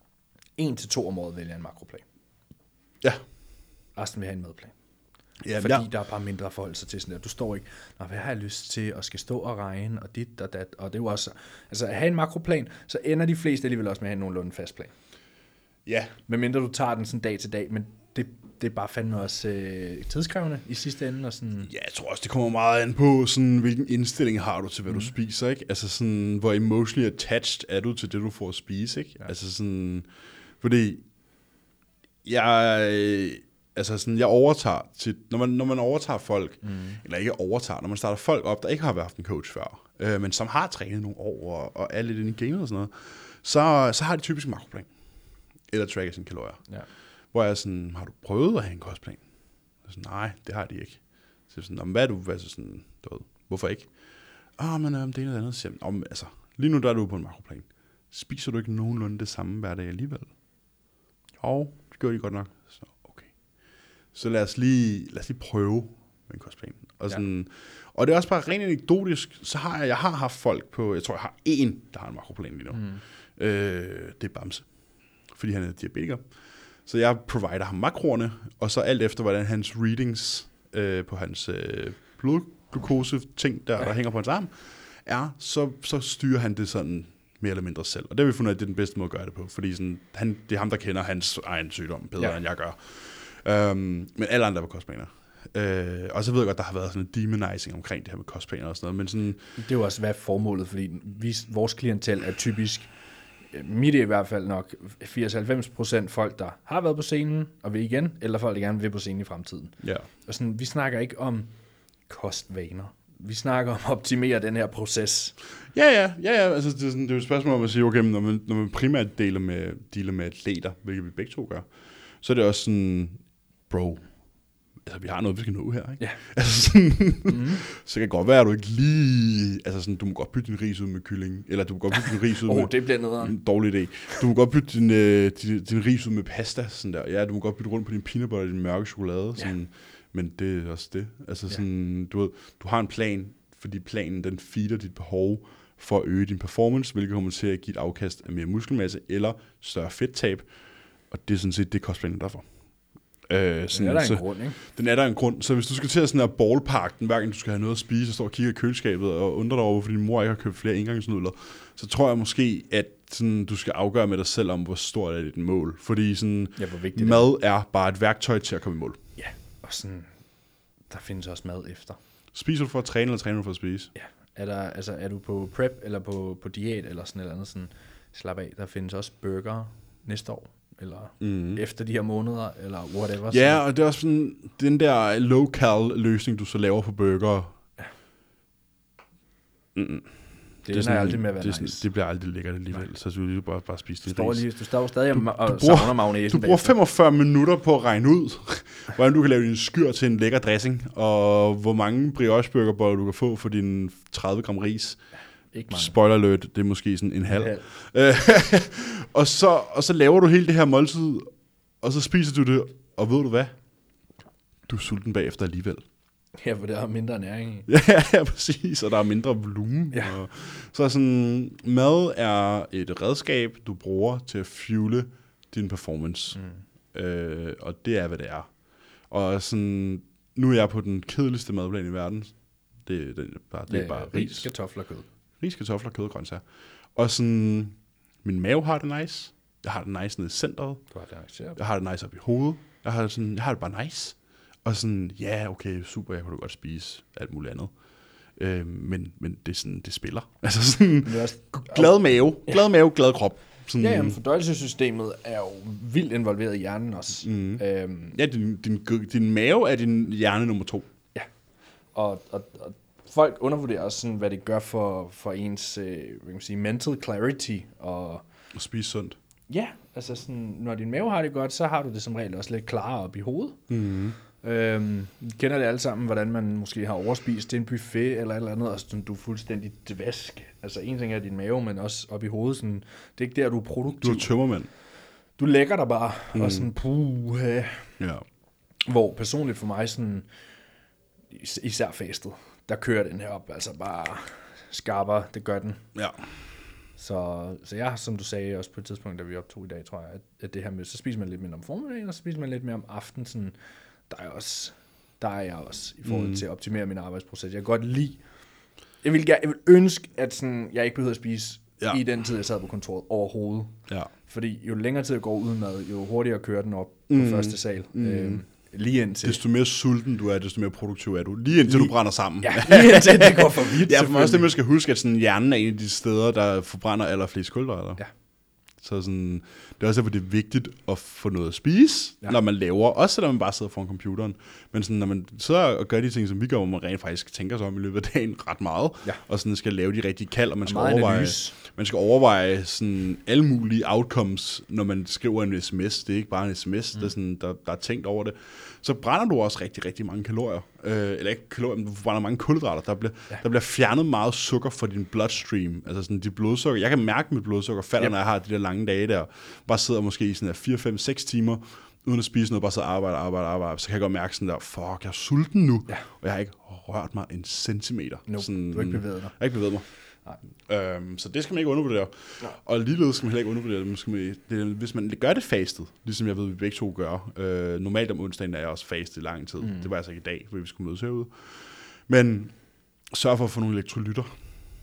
en til to om året vælger en makroplan. Ja. Resten vil have en madplan. Ja, fordi ja. der er bare mindre forhold sig til sådan der. Du står ikke, nå, hvad har jeg lyst til, og skal stå og regne, og dit og dat, og det er jo også, altså at have en makroplan, så ender de fleste alligevel også med at have en nogenlunde fast plan. Ja. Medmindre du tager den sådan dag til dag, men det, det er bare fandme også øh, tidskrævende i sidste ende. Og sådan. Ja, jeg tror også, det kommer meget an på, sådan, hvilken indstilling har du til, hvad mm. du spiser, ikke? Altså sådan, hvor emotionally attached er du til det, du får at spise, ikke? Ja. Altså sådan, fordi jeg, altså sådan, jeg overtager til, når man, når man overtager folk, mm. eller ikke overtager, når man starter folk op, der ikke har været en coach før, øh, men som har trænet nogle år, og, og er lidt inde i gamet og sådan noget, så, så har de typisk en makroplan. Eller tracker sine kalorier. Ja. Hvor jeg sådan, har du prøvet at have en kostplan? Sådan, nej, det har de ikke. Så jeg sådan, hvad er du, hvad er så sådan, du ved, hvorfor ikke? Ah, men øh, det er noget andet. Så, om, altså, lige nu der er du på en makroplan. Spiser du ikke nogenlunde det samme hver dag alligevel? Jo, det gør de godt nok. Så okay. Så lad os lige, lad os lige prøve med en kostplan. Og, sådan, ja. og det er også bare rent anekdotisk, så har jeg, jeg har haft folk på, jeg tror jeg har en, der har en makroplan lige nu. Mm. Øh, det er Bamse. Fordi han er diabetiker. Så jeg provider ham makroerne, og så alt efter, hvordan hans readings øh, på hans øh, blodglukose-ting, der, ja. der hænger på hans arm, er, så, så styrer han det sådan mere eller mindre selv. Og det har vi fundet, at det er den bedste måde at gøre det på, fordi sådan, han, det er ham, der kender hans egen sygdom bedre, ja. end jeg gør. Um, men alle andre er på kostplaner. Uh, og så ved jeg godt, der har været sådan en demonizing omkring det her med kostplaner og sådan noget, men sådan... Det er jo også, hvad er formålet, fordi vi, vores klientel er typisk mit er i hvert fald nok firs til halvfems procent folk, der har været på scenen og vil igen, eller folk, der gerne vil på scenen i fremtiden. Ja. Og sådan, vi snakker ikke om kostvaner. Vi snakker om at optimere den her proces. Ja, ja, ja, ja. Altså, det, er sådan, det er jo et spørgsmål om at sige, okay, når man, når man primært deler med, dealer med atleter, hvilket vi begge to gør, så er det også sådan, bro, altså, vi har noget, vi skal nå her, ikke? Ja. Altså, sådan, mm. så kan det godt være, at du ikke lige, altså sådan, du må godt bytte din ris ud med kylling, eller du må godt bytte din ris ud oh, med... det bliver noget. En dårlig idé. Du må godt bytte din, øh, din, din ris ud med pasta, sådan der. Ja, du må godt bytte rundt på din peanut butter og din mørke chokolade, sådan, ja. Men det er også det. Altså ja. Sådan, du ved, du har en plan, fordi planen, den feeder dit behov for at øge din performance, hvilket kommer til at give et afkast af mere muskelmasse eller større fedttab, og det er sådan set det, kostplanen er derfor. Øh, sådan, den er der en så, grund, ikke? Den er der en grund. Så hvis du skal til at sådan her ballpark den, hver gang du skal have noget at spise, og står og kigger i køleskabet og undrer dig over, hvorfor din mor ikke har købt flere engangsnudler, så tror jeg måske, at sådan, du skal afgøre med dig selv om, hvor stort er dit mål. Fordi sådan, ja, hvor vigtigt mad er. er bare et værktøj til at komme i mål. Ja, og sådan, der findes også mad efter. Spiser du for at træne, eller træner du for at spise? Ja, er, der, altså, er du på prep, eller på, på diæt, eller sådan et eller andet, sådan, slap af, der findes også burger næste år. Eller mm. efter de her måneder, eller whatever. Ja, sådan. Og det er også sådan, den der low-cal løsning, du så laver på burger. Ja. Mm-mm. Det, det er aldrig med at være det, nice. Det bliver aldrig lækkert alligevel, så du vil bare, bare spise din ris. Lige, du står stadig du, og du bruger, savner magnesen. Du bruger femogfyrre minutter på at regne ud, hvordan du kan lave din skyr til en lækker dressing, og hvor mange brioche-burgerboller du kan få for din tredive gram ris. Ikke mange. Spoiler alert, det er måske sådan en halv. Ja. og, så, og så laver du hele det her måltid, og så spiser du det, og ved du hvad? Du er sulten bagefter alligevel. Ja, for der er mindre næring i. ja, ja, præcis, og der er mindre volumen. Ja. Og, så sådan, mad er et redskab, du bruger til at fuele din performance. Mm. Øh, og det er, hvad det er. Og sådan, nu er jeg på den kedeligste madplan i verden. Det, det, er bare, det ja, er bare ja, ris. ris, kartofler, kød. Ris, kartofler, kød og grøntsager. Og sådan, min mave har det nice. Jeg har det nice nede i centret. Du har det nice, ja. Jeg har det nice op i hovedet. Jeg har det, sådan, jeg har det bare nice. Og sådan, ja, okay, super, jeg kunne godt spise alt muligt andet. Øh, men, men det er sådan, det spiller. Altså sådan, også, glad mave, glad mave, glad krop. Sådan, ja, jamen, fordøjelsessystemet er jo vildt involveret i hjernen også. Mm. Øhm, ja, din, din, din mave er din hjerne nummer to. Ja, og, og, og folk undervurderer også, sådan, hvad det gør for, for ens øh, hvad kan man sige, mental clarity. Og at spise sundt. Ja, altså sådan, når din mave har det godt, så har du det som regel også lidt klarere op i hovedet. Mm. Øhm, vi kender det alle sammen, hvordan man måske har overspist til en buffet eller et eller andet, og sådan, du er fuldstændig dvask. Altså en ting er din mave, men også op i hovedet. Sådan, det er ikke der, du er produktiv. Du er tømmermand. Du lægger dig bare, mm. og sådan, puh. Øh. Ja. Hvor personligt for mig, sådan, især fastet, der kører den her op, altså bare skarpere, det gør den. Ja. Så, så jeg, som du sagde også på et tidspunkt, da vi optog i dag, tror jeg, at, at det her med, så spiser man lidt mindre om formiddagen, og så spiser man lidt mere om aftenen, sådan, der er også, der er jeg også, i forhold mm. til at optimere min arbejdsproces. Jeg kan godt lide, jeg vil, jeg vil ønske, at sådan, jeg ikke behøver at spise ja. i den tid, jeg sad på kontoret overhovedet. Ja. Fordi jo længere tid jeg går uden mad, jo hurtigere kører den op på mm. første sal. Mm. Øhm, lige indtil. Desto mere sulten du er, desto mere produktiv er du. Lige indtil lige, du brænder sammen. Ja, lige indtil det går for vidt. Ja, for mig også det, man skal huske, at sådan, hjernen er en af de steder, der forbrænder allerflest kulhydrater. Ja. Så sådan, det er også derfor, det er vigtigt at få noget at spise, ja. Når man laver, også når man bare sidder foran computeren. Men sådan, når man sidder og gør de ting, som vi gør, hvor man rent faktisk tænker sig om i løbet af dagen ret meget, ja. Og sådan skal lave de rigtige kald, og man skal overveje, man skal overveje sådan alle mulige outcomes, når man skriver en sms. Det er ikke bare en sms, mm. der, er sådan, der, der er tænkt over det. Så brænder du også rigtig, rigtig mange kalorier. Øh, eller ikke kalorier, men du brænder mange kulhydrater. Der bliver, ja. Der bliver fjernet meget sukker fra din bloodstream. Altså sådan de blodsukker. Jeg kan mærke, at mit blodsukker falder, yep. Når jeg har de der lange dage der. Bare sidder måske i sådan fire, fem, seks timer, uden at spise noget, bare sidder og arbejder, arbejder, arbejder. Så kan jeg godt mærke sådan der, fuck, jeg er sulten nu. Ja. Og jeg har ikke rørt mig en centimeter. Nope, sådan, du har ikke bevæget dig. Jeg har ikke bevæget mig. Øhm, så det skal man ikke undervurdere. Ja. Og ligeledes skal man heller ikke undervurdere det, man, det, hvis man gør det fastet, ligesom jeg ved, vi begge to gør. Øh, normalt om onsdagen er jeg også fastet i lang tid. Mm. Det var altså ikke i dag, hvor vi skulle mødes herude. Men sørg for at få nogle elektrolytter.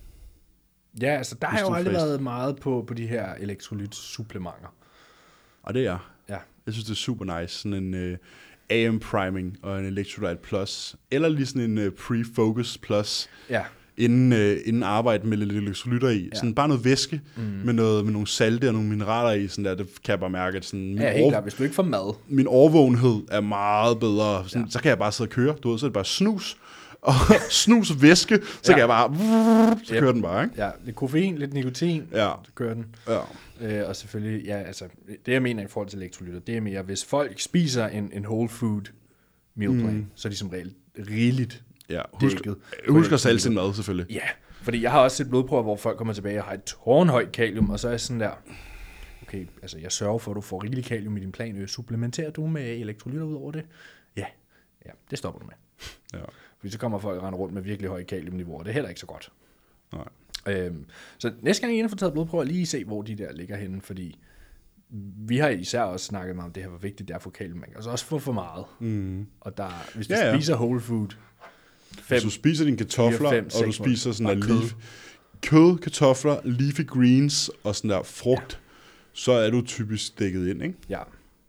Ja, altså der har jo aldrig været meget på, på de her elektrolytsupplementer. Og det er ja. Jeg synes, det er super nice. Sådan en uh, A M Priming og en Electrolyte Plus. Eller lige sådan en uh, Pre-Focus Plus. Ja. Inden, øh, inden arbejde med lidt elektrolytter i. Ja. Sådan bare noget væske mm. med, noget, med nogle salte og nogle mineraler i. Sådan der, det kan jeg bare mærke, at sådan, min, ja, helt klar, hvis du ikke får mad. Min overvågenhed er meget bedre. Sådan, ja. Så kan jeg bare sidde og køre. Du ved, så er det bare snus. Og snus og væske, så ja. Kan jeg bare... Så yep. Kører den bare, ikke? Ja, lidt koffein, lidt nikotin, ja. Så kører den. Ja. Øh, og selvfølgelig, ja, altså, det jeg mener i forhold til elektrolytter, det er mere, hvis folk spiser en, en whole food meal plan, mm. så er de som regel rigeligt Ja, husk, dækket. husk at salge sin mad, selvfølgelig. Ja, fordi jeg har også set blodprøver, hvor folk kommer tilbage og har et tårnhøjt kalium, og så er jeg sådan der, okay, altså jeg sørger for, at du får rigeligt kalium i din plan. Supplementerer du med elektrolytter ud over det? Ja, ja, det stopper du med. Ja. Fordi så kommer folk rende rundt med virkelig høje kaliumniveauer, det er heller ikke så godt. Nej. Øhm, så næste gang I får taget blodprøver, lige se, hvor de der ligger henne, fordi vi har især også snakket meget om, det her, hvor vigtigt det er for kalium. Man kan altså også få for meget. Mm. Og der, hvis du ja, ja. spiser whole food, fem, hvis du spiser dine kartofler, fire, fem, og du seks spiser sådan der kød. leaf, kød, kartofler, leafy greens og sådan der frugt, ja. så er du typisk dækket ind, ikke? Ja,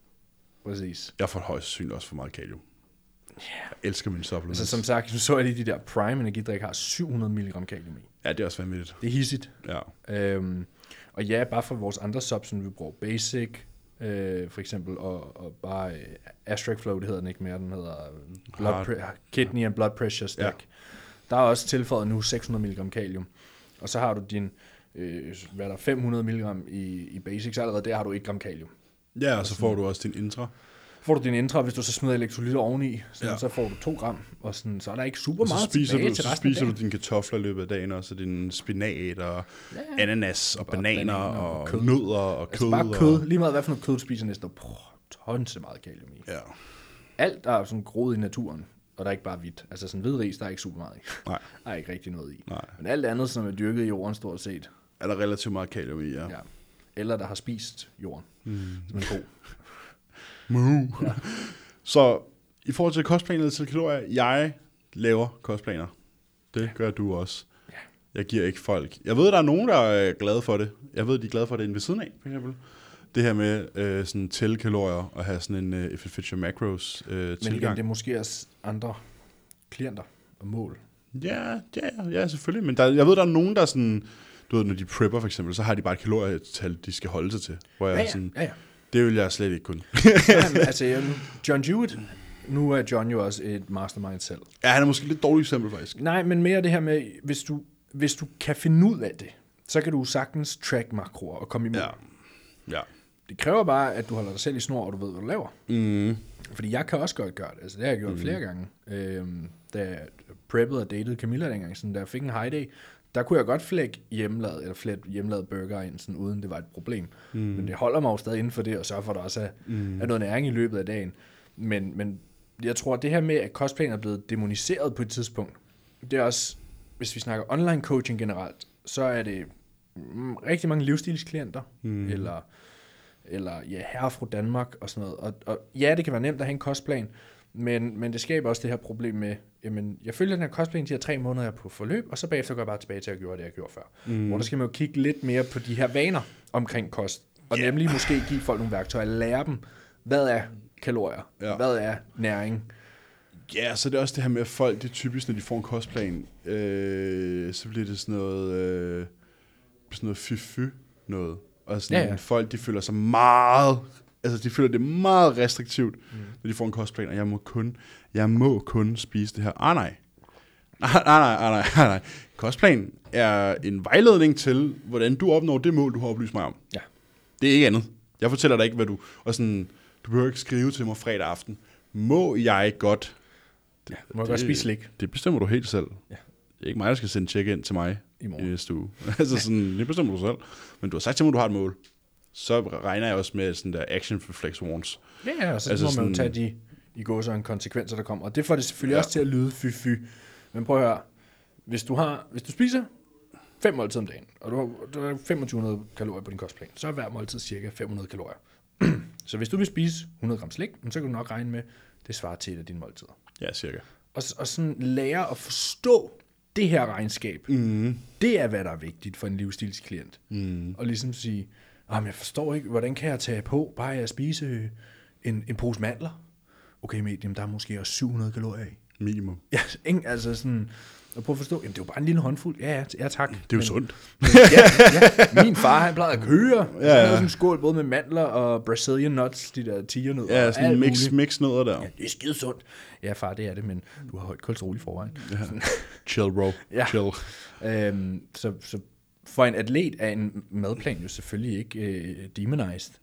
præcis. Jeg får højst sandsynligt også for meget kalium. Yeah. Jeg elsker mine supplements. Altså som sagt, så jeg lige de der Prime energidrik har syv hundrede milligram kalium i. Ja, det er også vanvittigt. Det er hissigt. Ja. Øhm, og ja, bare for vores andre subs, som vi bruger Basic, øh, for eksempel, og, og bare øh, Astrac Flow, det hedder den ikke mere, den hedder blood pre- Kidney and Blood Pressure Stack. Ja. Der er også tilføjet nu seks hundrede milligram kalium. Og så har du din, øh, hvad er der, fem hundrede milligram i, i Basic, så allerede der har du et gram kalium. Ja, og så får du også din intra. Får du din intra, hvis du så smider elektrolytter oveni, så, ja. så får du to gram, og sådan, så er der ikke super og så meget spiser tilbage du, til så resten spiser af du dine kartofler i løbet af dagen, og så din spinat og ja. ananas og, og bananer, bananer og, og kød. nødder og altså kød. bare kød, lige meget hvad for noget kød du spiser næste år, prøv, tonse meget kalium i. Ja. Alt, der er sådan groet i naturen, og der er ikke bare hvidt, altså sådan hvid ris, der er ikke super meget i. Nej. Der er ikke rigtig noget i. Nej. Men alt andet, som er dyrket i jorden stort set. Er der relativt meget kalium i, ja. ja. Eller der har spist jorden, mm. som en ko. Moo. Ja. Så i forhold til kostplaner til kalorier, jeg laver kostplaner. Det ja. gør du også. Ja. Jeg giver ikke folk. Jeg ved, der er nogen, der er glade for det. Jeg ved, de er glade for det inde ved siden af, for eksempel. Det her med øh, sådan tælle kalorier og have sådan en uh, if it fits your macros øh, tilgang. Men igen, det er måske også andre klienter og mål. Ja, ja, ja, selvfølgelig. Men der, jeg ved, der er nogen, der sådan, du ved, når de prepper for eksempel, så har de bare et kalorietal, de skal holde sig til. Hvor jeg ja, ja. sådan, ja, ja. Det vil jeg slet ikke kunne. Jamen, altså, jeg, John Jewett, nu er John jo også et mastermind selv. Ja, han er måske lidt dårligt eksempel, faktisk. Nej, men mere det her med, hvis du, hvis du kan finde ud af det, så kan du sagtens track makroer og komme i mål. Ja. Ja. Det kræver bare, at du holder dig selv i snor, og du ved, hvad du laver. Mm. Fordi jeg kan også godt gøre det. Altså, det har jeg gjort mm. flere gange. Øhm, da jeg preppede og datede Camilla dengang, sådan, da jeg fik en high day, der kunne jeg godt flække hjemmelavet, eller flække hjemmelavet burger ind, sådan, uden det var et problem. Mm. Men det holder mig jo stadig inden for det, og sørger for, at der også er, mm. er noget næring i løbet af dagen. Men, men jeg tror, at det her med, at kostplaner er blevet demoniseret på et tidspunkt, det er også, hvis vi snakker online coaching generelt, så er det mm, rigtig mange livsstilsklienter, mm. eller, eller ja, herre fra Danmark og sådan noget. Og, og ja, det kan være nemt at have en kostplan, men, men det skaber også det her problem med, jamen, jeg følger den her kostplan de her tre måneder på forløb, og så bagefter går jeg bare tilbage til at gøre det, jeg gjorde før. Mm. Hvor der skal man jo kigge lidt mere på de her vaner omkring kost, og yeah. nemlig måske give folk nogle værktøjer, lære dem, hvad er kalorier, ja. hvad er næring. Ja, så det er også det her med, at folk, det er typisk, når de får en kostplan, øh, så bliver det sådan noget, øh, sådan noget fy-fy noget. Og sådan, ja, ja. folk, de føler sig meget, altså de føler det meget restriktivt, mm. når de får en kostplan, og jeg må kun, jeg må kun spise det her. Ah nej, nej, nej, nej, nej, nej, nej. Kostplan er en vejledning til, hvordan du opnår det mål, du har oplyst mig om. Ja. Det er ikke andet. Jeg fortæller dig ikke, hvad du, og sådan, du behøver ikke skrive til mig fredag aften. Må jeg godt? Det, ja, må jeg godt spise slik? Det bestemmer du helt selv. Ja. Det er ikke mig, der skal sende check-in til mig i, i næste uge. altså sådan, det bestemmer du selv. Men du har sagt til mig, at du har et mål. Så regner jeg også med sådan der action reflex warns. Ja, ja, og så altså må sådan, man jo tage de i går så en konsekvenser, der kommer. Og det får det selvfølgelig ja. også til at lyde fy-fy. Men prøv at høre. Hvis du, har, hvis du spiser fem måltider om dagen, og du har, du har femogtyve hundrede kalorier på din kostplan, så er hver måltid cirka fem hundrede kalorier. Så hvis du vil spise hundrede gram slik, så kan du nok regne med, det svarer til et af dine måltider. Ja, cirka. Og, og sådan lære at forstå det her regnskab. Mm. Det er, hvad der er vigtigt for en livsstilsklient. Mm. Og ligesom sige, men jeg forstår ikke, hvordan kan jeg tage på, bare at spise en, en pose mandler? Okay, medium, der er måske også syv hundrede kalorier i. Minimum. Ja, ikke, altså sådan, og prøv at forstå, jamen det er jo bare en lille håndfuld. Ja, ja, ja tak. Det er jo men, sundt. Men, ja, ja, min far, han plejede at køre. Ja, ja. Han havde sådan en skål både med mandler og Brazilian nuts, de der tigernødder. Ja, sådan en mix, mix nødder der. Ja, det er skide sundt. Ja, far, det er det, men du har højt kolesterol i forvejen. Ja. Chill, bro. Ja. Chill. Øhm, så, så for en atlet er en madplan jo selvfølgelig ikke øh, demonized.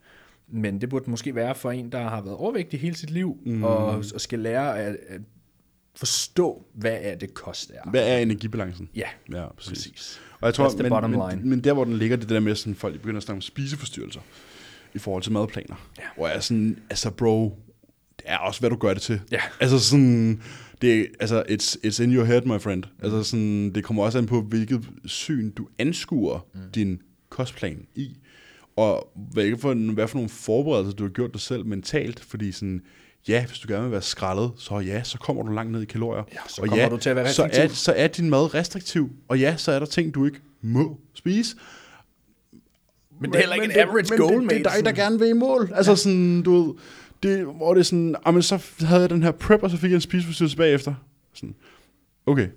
Men det burde måske være for en, der har været overvægtig hele sit liv, mm. og, og skal lære at, at forstå, hvad er det kost er. Hvad er energibalancen? Ja, ja præcis. præcis. Og jeg tror, That's the bottom men, line. men, men der, hvor den ligger, det er det der med, at folk begynder at snakke om spiseforstyrrelser i forhold til madplaner. Ja. Hvor jeg er sådan, altså bro, det er også, hvad du gør det til. Ja. Altså sådan, det er, altså, it's, it's in your head, my friend. Mm. Altså sådan, det kommer også an på, hvilket syn du anskuer mm. din kostplan i. Og hvad for, hvad for nogle forberedelser, du har gjort dig selv mentalt, fordi sådan, ja, hvis du gerne vil være skrællet, så ja, så kommer du langt ned i kalorier. Ja, så og kommer ja, du til at være så restriktiv. er, så er din mad restriktiv. Og ja, så er der ting, du ikke må spise. Men det er heller ikke men en average det, goal, men det, det er dig, der gerne vil i mål. Altså ja. sådan, du ved, det, hvor det er sådan, men så havde jeg den her prep, og så fik jeg en spiseforstyrrelse bagefter. Sådan, okay,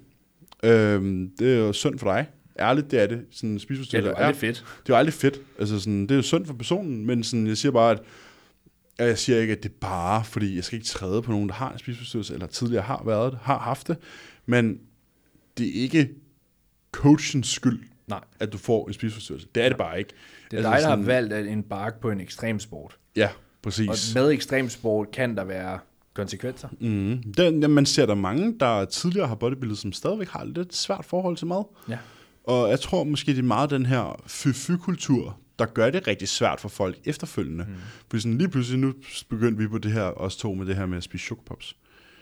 øhm, det er jo synd for dig. Ærligt, det er det. Sådan, spiseforstyrrelse ja, det er jo aldrig fedt. Det er jo aldrig fedt. Altså sådan, det er jo synd for personen, men sådan, jeg siger bare, at jeg siger ikke, at det er bare, fordi jeg skal ikke træde på nogen, der har en spiseforstyrrelse, eller tidligere har været det, har haft det, men det er ikke coachens skyld, Nej. at du får en spiseforstyrrelse. Det er det bare ikke. Det er altså dig, der sådan, har valgt at embark på en ekstremsport. Ja, præcis. Og med ekstremsport kan der være konsekvenser. Mm. Den, ja, man ser der mange, der tidligere har bodybuildet, som stadigvæk har et lidt svært forhold til mad. Ja. Og jeg tror måske, det er meget den her fy-fy-kultur, der gør det rigtig svært for folk efterfølgende. Mm. Fordi sådan lige pludselig, nu begyndte vi på det her, os to med det her med at spise chokopops.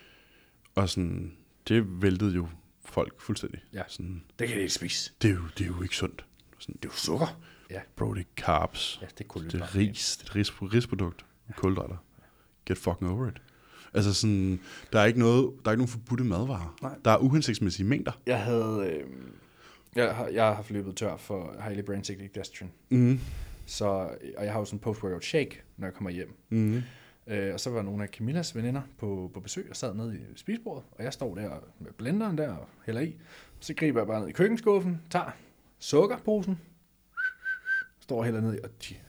Og sådan, det væltede jo folk fuldstændig. Ja, sådan, det kan de ikke spise. Det er jo, det er jo ikke sundt. Sådan, det er jo sukker. Ja. Bro, det er carbs. Ja, det er kulhydrater. Det er ris. Det er et ris, risprodukt. Ja. Kulhydrater. Get fucking over it. Altså sådan, der er ikke noget, der er ikke nogen forbudte madvarer. Nej. Der er uhensigtsmæssige mængder. Jeg havde, øh, jeg har, jeg har haft løbet tør for highly brain cyclic Mm. Så, og jeg har jo sådan en post-workout shake, når jeg kommer hjem. Mm. Øh, og så var nogle af Camillas veninder på, på besøg og sad nede i spisebordet, og jeg står der med blenderen der og hælder i. Så griber jeg bare ned i køkkenskuffen, tager sukkerposen, står og hælder ned i, og de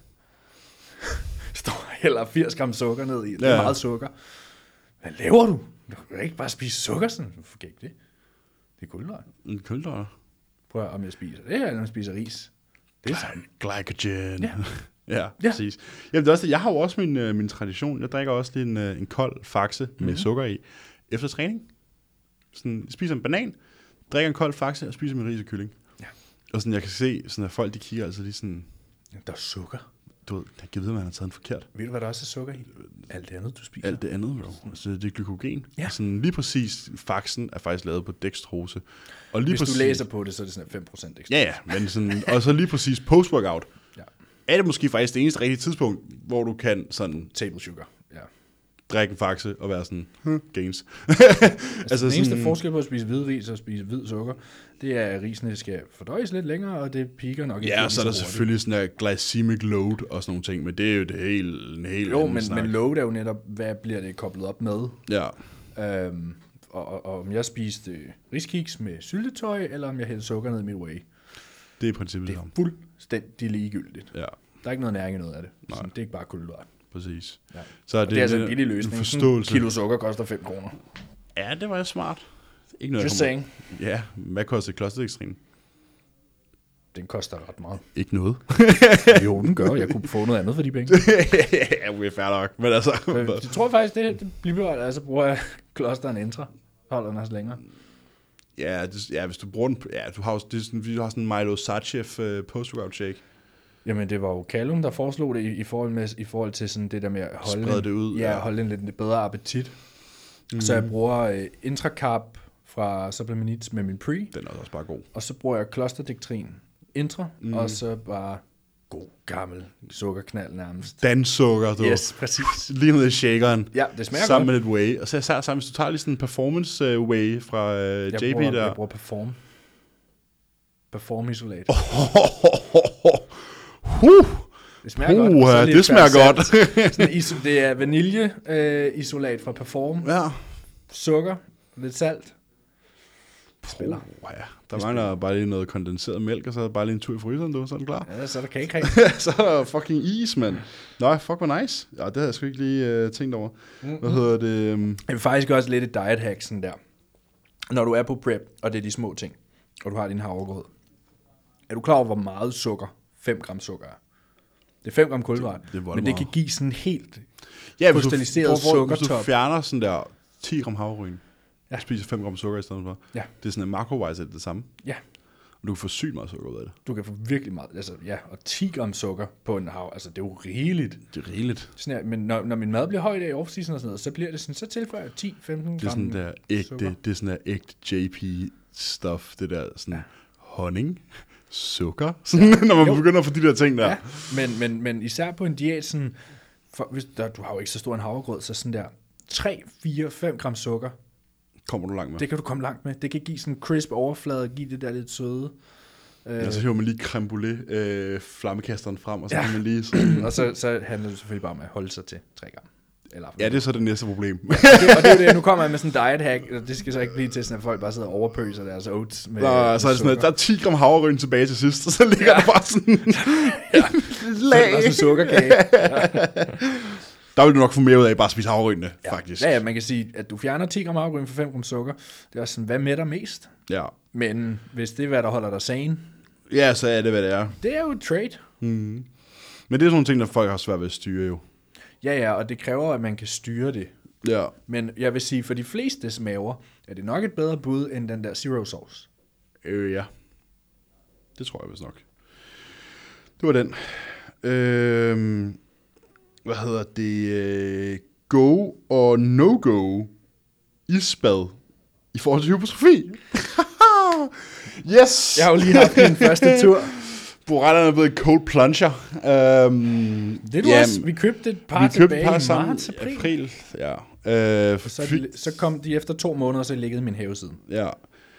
står og hælder firs gram sukker ned i. Det er ja. meget sukker. Hvad laver du? Du kan ikke bare spise sukker sådan. Hvorfor kan ikke det? Det er kulhydrater. En kulhydrater. Prøv at, om jeg spiser det, eller om jeg spiser ris. Det er sådan. Glycogen. Ja. ja, ja, præcis. Jamen, det er også det. Jeg har jo også min, øh, min tradition. Jeg drikker også lige en, øh, en kold faxe mm-hmm. med sukker i. Efter træning. Sådan, jeg spiser en banan, drikker en kold faxe og spiser min ris og kylling. Ja. Og sådan, jeg kan se, sådan, at folk de kigger altså lige sådan... Ja, der er sukker. Du ved, jeg kan vide, at man har taget en forkert. Ved du, hvad der også er sukker i? Alt det andet, du spiser. Alt det andet, bro. Altså, det er glykogen. Ja. Sådan, lige præcis, faxen er faktisk lavet på dextrose. Og lige Hvis præcis, du læser på det, så er det sådan fem procent dextrose. Ja, ja, men sådan, og så lige præcis post-workout. Ja. Er det måske faktisk det eneste rigtige tidspunkt, hvor du kan sådan... Table sugar, ja. Drikke en faxe og være sådan, hm, gains. altså, altså den eneste sådan, forskel på at spise hvid ris og spise hvid sukker, det er, at risene skal fordøjes lidt længere, og det piker nok ikke. Ja, og så er der selvfølgelig sådan en glycemic load og sådan nogle ting, men det er jo det hele, en helt Jo, men, men load er jo netop, hvad bliver det koblet op med? Ja. Øhm, og, og, og om jeg spiste riskiks med syltetøj, eller om jeg hældte sukker ned i mit whey. Det er i princippet det er fuldstændig ligegyldigt. Ja. Der er ikke noget næring i noget af det. Så det er ikke bare kulhydrat. Præcis. Ja. Så er det, det er altså en billig løsning. En forståelse. Kilo sukker koster fem kroner. Ja, det var jo smart. Ikke noget, Just saying. Ja, hvad koster Kloster-Extreme? Den koster ret meget. Ikke noget. Jo, den gør. Jeg kunne få noget andet for de penge. Ja, vi er fair nok. Men altså... Jeg tror faktisk, det, det bliver... Altså, bruger jeg Kloster en intra. Holder den også længere. Ja, det, ja, hvis du bruger den... Ja, du har, det sådan, vi har sådan en Milo Sarchev uh, post-workout shake. Jamen, det var jo Callum, der foreslog det i, i, forhold, med, i forhold til sådan det der med at holde... Sprede det ud. Ja, ja. holde en lidt bedre appetit. Mm. Så jeg bruger uh, Intracarb fra Supplemenits med min pre. Den er også bare god. Og så bruger jeg Klosterdektrin Intra, mm. og så bare god gammel sukkerknald nærmest. Danssukker, du. Yes, præcis. Lige ned i shakeren. Ja, det smager sammen godt. Sammen med lidt whey. Og så især sammen, hvis du tager lige sådan en performance uh, whey fra uh, jeg J P bruger, der. Jeg bruger Perform. Perform Isolate. Oh, oh, oh, oh. Huh. Det smager uh, godt. Det smager godt. Sådan iso- det er vanilje øh, isolat fra Perform. Ja. Sukker, lidt salt. Spiller. Oh, ja. Der mangler bare lige noget kondenseret mælk, og så er der bare lige en tur i fryseren, du. Så er den klar. Ja, så er der kagecreme. Så er der fucking is, mand. Nå, fuck, hvor nice. Ja, det havde jeg sgu ikke lige uh, tænkt over. Mm-hmm. Hvad hedder det? Um... Jeg vil faktisk også lidt et diet hack sådan der. Når du er på prep, og det er de små ting, og du har din havregrød. Er du klar over, hvor meget sukker fem gram sukker er? Det er fem gram kulhydrat, Det- det er men det meget. kan give sådan helt Ja, hvis du, krystalliseret hvor- hvor- hvis du sukkertop. fjerner sådan der ti gram havregryn, Ja. og spiser fem gram sukker i stedet for, Ja. det er sådan en makro-wise er det det samme. Ja, Og du kan få sygt meget sukker ud af det. du kan få virkelig meget, altså ja, og ti gram sukker på en hav, altså det er jo rigeligt. Det er rigeligt. Sådan her, men når, når min mad bliver høj i dag i off-season og sådan noget, så bliver det sådan, så tilføjer jeg ti til femten gram Det er sådan der ægte, sukker. det er sådan der ægte J P-stuff, det der sådan ja. honning, sukker, sådan, når man Jo. begynder at få de der ting der. Ja, men, men, men især på en diæt, sådan, for, hvis der, du har jo ikke så stor en havregrød, så sådan der tre, fire, fem gram sukker, Kommer du langt med. det kan du komme langt med. Det kan give sådan en crisp overflade, og give det der lidt søde. Øh, Ja, så hiver man lige creme brûlée, øh, flammekasteren frem, og så Ja. kan man lige sådan... og så, så handler det selvfølgelig bare om at holde sig til tre gram. Eller Ja, det er så det næste problem. og, det, og det er jo det, nu kommer jeg med sådan en diet hack, og det skal så ikke blive til sådan, at folk bare sidder og overpøser deres oats med, Nå, så er det sådan, sukker. at der er ti gram havregryn tilbage til sidst, og så ligger ja. der bare sådan Ja. lag. Bare sådan en sukkerkage. Der vil du nok få mere ud af bare at spise havregrynene, Ja. faktisk. Ja, ja, man kan sige, at du fjerner ti gram havregryn for fem gram sukker. Det er også sådan, hvad mætter mest? Ja. Men hvis det er, hvad der holder dig sane, Ja, så er det, hvad det er. det er jo et trade. Mm. Men det er sådan nogle ting, der folk har svært ved at styre jo. Ja, ja, og det kræver, at man kan styre det. Ja. Men jeg vil sige, for de fleste maver, er det nok et bedre bud, end den der zero sauce. Øh, ja. Det tror jeg vist nok. Det var den. Øh, hvad hedder det? Øh, go og no-go isbad i forhold til hypotrofi. Yes! Jeg har jo lige haft min første tur. Borretterne er blevet cold plunger. Um, Det er du også. Vi købte et par vi købte tilbage et par i sammen marts, april. april. Ja. Øh, Så, er de, så kom de efter to måneder, så ligget i min have siden. Ja.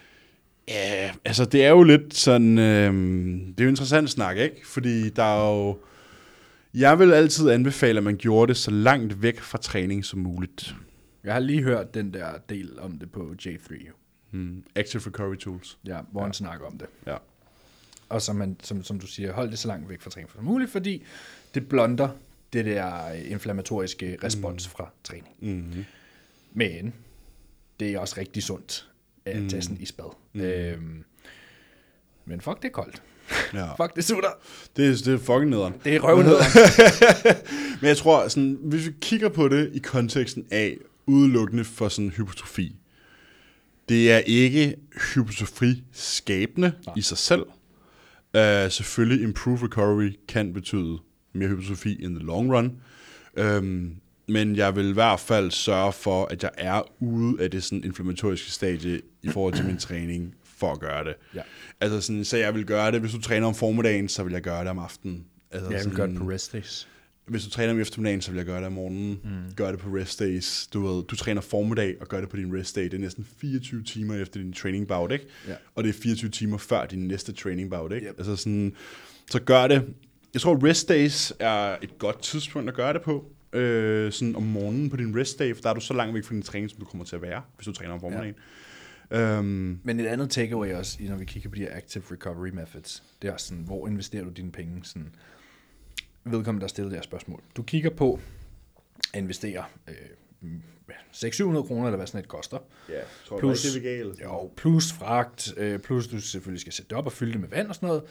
Ja, altså det er jo lidt sådan, øhm, det er jo interessant snak, ikke? Fordi der er jo, jeg vil altid anbefale, at man gjorde det så langt væk fra træning som muligt. Jeg har lige hørt den der del om det på J tre, Hmm. Active Recovery Tools. ja, hvor ja. han snakker om det. Ja. Og som, man, som, som du siger, hold det så langt væk fra træning som muligt, fordi det blonder det der inflammatoriske respons mm. fra træning. Mm-hmm. Men det er også rigtig sundt at Mm. tage sådan en isbad. Mm. Øhm, men fuck, det er koldt. Ja. Fuck, det sutter. Det, er, det er fucking nederen. Det er røvnederen. Men jeg tror, sådan, hvis vi kigger på det i konteksten af udelukkende for sådan hypotrofi, det er ikke hypotrofi-skabende i sig selv. Uh, selvfølgelig, improved recovery kan betyde mere hypotrofi in the long run. Um, men jeg vil i hvert fald sørge for, at jeg er ude af det sådan inflammatoriske stadie i forhold til min træning for at gøre det. Ja. Altså sådan, så jeg vil gøre det, hvis du træner om formiddagen, så vil jeg gøre det om aftenen. Altså Jeg vil sådan, gøre det på rest days. Hvis du træner om eftermiddagen, så vil jeg gøre det om morgenen. Mm. Gør det på rest days. Du ved, du træner formiddag og gør det på din rest day. Det er næsten fireogtyve timer efter din training bout, ikke? Ja. Og det er fireogtyve timer før din næste training bout, ikke? Yep. Altså sådan, så gør det. Jeg tror, rest days er et godt tidspunkt at gøre det på. Øh, sådan om morgenen på din rest day, for der er du så langt væk fra din træning, som du kommer til at være, hvis du træner om formiddagen. Ja. Øhm, Men et andet takeaway også, når vi kigger på de her active recovery methods, det er også sådan, hvor investerer du dine penge? Sådan, vedkommende, der stiller det her spørgsmål. Du kigger på at investere øh, seks til syv hundrede kroner, eller hvad sådan et koster. ja, tror Plus- du ikke, det er galt? Jo, plus fragt, øh, plus du selvfølgelig skal sætte det op og fylde det med vand og sådan noget.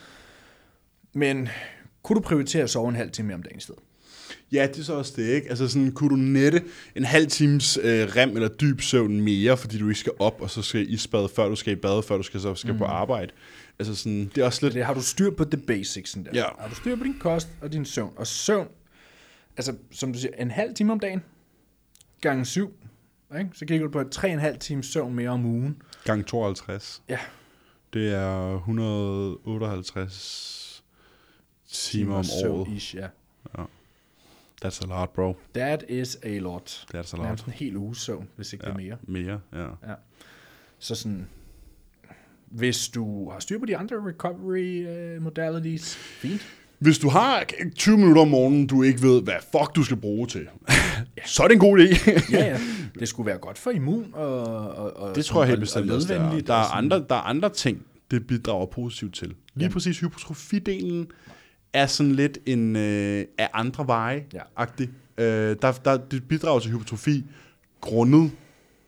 Men kunne du prioritere at sove en halv time mere om dagen i stedet? Ja, det er så også det, ikke? Altså sådan, kunne du nette en halv times øh, rem eller dyb søvn mere, fordi du ikke skal op, og så skal isbade, før du skal i bad, før du skal, så skal mm. på arbejde. Altså sådan, det er også lidt... Det har du styr på the basics. Sådan der. Ja. Har du styr på din kost og din søvn? Og søvn, altså som du siger, en halv time om dagen, gange syv, ikke? Så kigger du på tre og en halv time søvn mere om ugen. Gang tooghalvtreds. Ja. Det er et hundrede og otteoghalvtreds timer om året. Søvn ish, ja. That's a lot, bro. That is a lot. That's a lot. Nærmest en hel uge søvn, hvis ikke Ja, det er mere. mere, ja. Ja. Så sådan, hvis du har styr på de andre recovery uh, modalities, fint. Hvis du har tyve minutter om morgenen, du ikke ved, hvad fuck du skal bruge til, så er det en god idé. Ja, ja. Det skulle være godt for immun og, og, og Det tror jeg helt og- bestemt og også, der er. ledvenligt Der og er, sådan. andre, der er andre ting, det bidrager positivt til. Lige Jamen. præcis hypotrofidelen er sådan lidt en øh, af andre veje Ja. agtig. Øh, der, der, det bidrager til hypotrofi grundet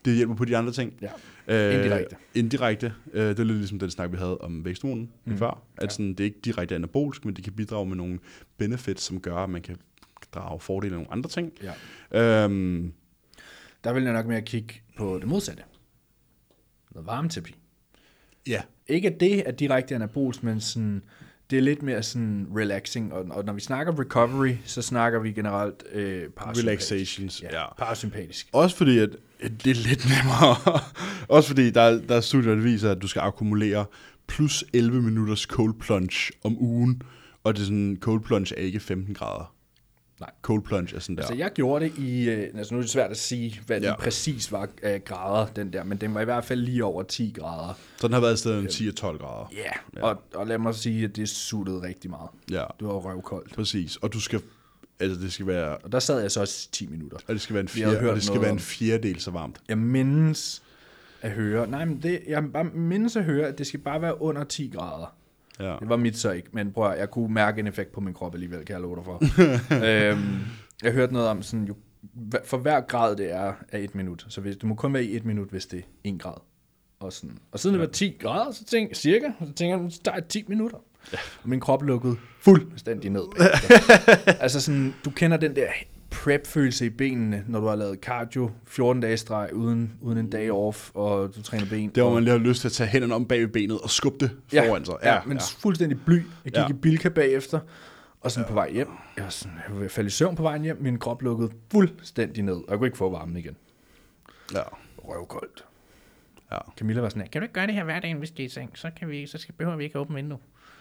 det hjælper på de andre ting. Ja. Indirekte. Øh, indirekte. Øh, det er lidt ligesom den snak, vi havde om væksthormonen mm. før. At ja. sådan, det er ikke direkte anabolsk, men det kan bidrage med nogle benefits, som gør, at man kan drage fordele af nogle andre ting. Ja. Øhm, Der vil jeg nok mere kigge på det modsatte. Noget varmeterapi. Ja. Ikke at det er direkte anabolsk, men sådan, det er lidt mere sådan relaxing. Og, og når vi snakker recovery, så snakker vi generelt øh, parasympatisk. Relaxations, ja. ja. Parasympatisk. Også fordi, at det er lidt nemmere. Også fordi, der, der er studier, der viser, at du skal akkumulere plus elleve minutters cold plunge om ugen. Og det er sådan, cold plunge er ikke femten grader. Nej. Cold plunge er sådan der. Altså, jeg gjorde det i, altså nu er det svært at sige, hvad ja. den præcis var af grader, den der, men den var i hvert fald lige over ti grader. Så den har været et sted ti og tolv grader. Yeah. Ja, og, og lad mig sige, at det suttede rigtig meget. Ja. Det var røvkoldt. Præcis, og du skal, altså det skal være... Og der sad jeg så også ti minutter. Og det skal være en, fjerde, og det skal være en fjerdedel så varmt. Jeg mindes at høre, nej, men det, jeg bare mindes at høre, at det skal bare være under ti grader. Ja. Det var mit så ikke, men prøv at, jeg kunne mærke en effekt på min krop alligevel, kan jeg love dig for. øhm, jeg hørte noget om, sådan, jo, for hver grad det er af et minut, så hvis, det må kun være i et minut, hvis det er en grad. Og, sådan. Og siden ja. det var ti grader, så tænkte jeg cirka, så tænkte jeg, der er ti minutter. Ja. Og min krop lukkede fuldstændig ned. Altså sådan, du kender den der prep-følelse i benene, når du har lavet cardio fjorten dage streg, uden, uden en dag off, og du træner ben. Det var man lige har lyst til at tage hænderne om bag ved benet og skubbe det foran sig. Ja, ja, men ja. fuldstændig bly. Jeg gik ja. i Bilka bagefter, og sådan ja. på vej hjem. Jeg var sådan, jeg var faldet i søvn på vejen hjem, min krop lukkede fuldstændig ned, og jeg kunne ikke få varmen igen. Ja. Røvkoldt. Ja. Camilla var sådan, kan du ikke gøre det her hver dag, hvis det er i seng? Så, kan vi, så skal, behøver vi ikke åbne vindue.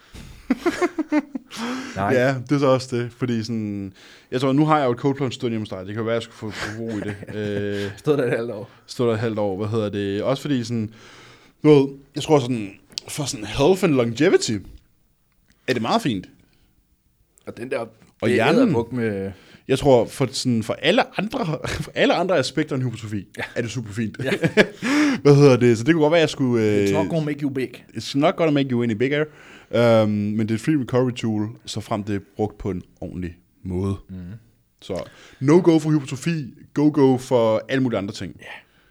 Nej. Ja, det er så også det, fordi sådan, jeg tror, nu har jeg jo et cold plunge stående hjemme hos dig, det kan jo være, at jeg skulle få, få ro i det. øh, Stod der et halvt år. Stod der et halvt år, hvad hedder det, også fordi sådan, noget, jeg tror sådan, for sådan health and longevity, er det meget fint. Og den der, og hjernen, med... jeg tror, for, sådan, for, alle andre, for alle andre aspekter end hypotrofi, ja. er det super fint. Ja. Hvad hedder det, så det kunne godt være, at jeg skulle... Øh, It's not gonna make you big. It's not gonna make you any bigger. Um, men det er et free recovery tool, så frem det er brugt på en ordentlig måde. Mm. Så no-go for hypotrofi, go-go for alle mulige andre ting. Ja.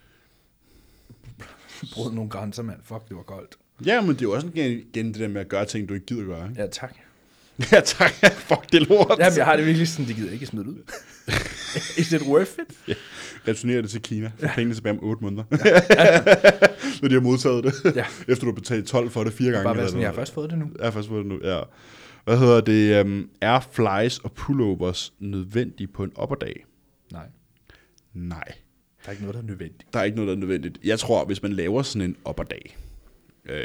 Yeah. Brød nogle grænser, mand. Fuck, det var koldt. Ja, men det er jo også igen det der med at gøre ting, du ikke gider gøre. Ikke? Ja, tak. Ja, tak. Fuck, det er lort. Jamen, jeg har det virkelig sådan, det gider ikke smide ud. Is it worth it? Ja. Returnerer det til Kina, for ja. pengene tilbage om otte måneder. Ja. Når de har modtaget det. Ja. Efter du har betalt tolv for det fire gange. Bare være sådan, jeg har først fået det nu. Jeg har først fået det nu, ja. Hvad hedder det? Um, er flies og pullovers nødvendige på en opperdag? Nej. Nej. Der er ikke noget, der er nødvendigt. Der er ikke noget, der er nødvendigt. Jeg tror, hvis man laver sådan en opperdag, øh,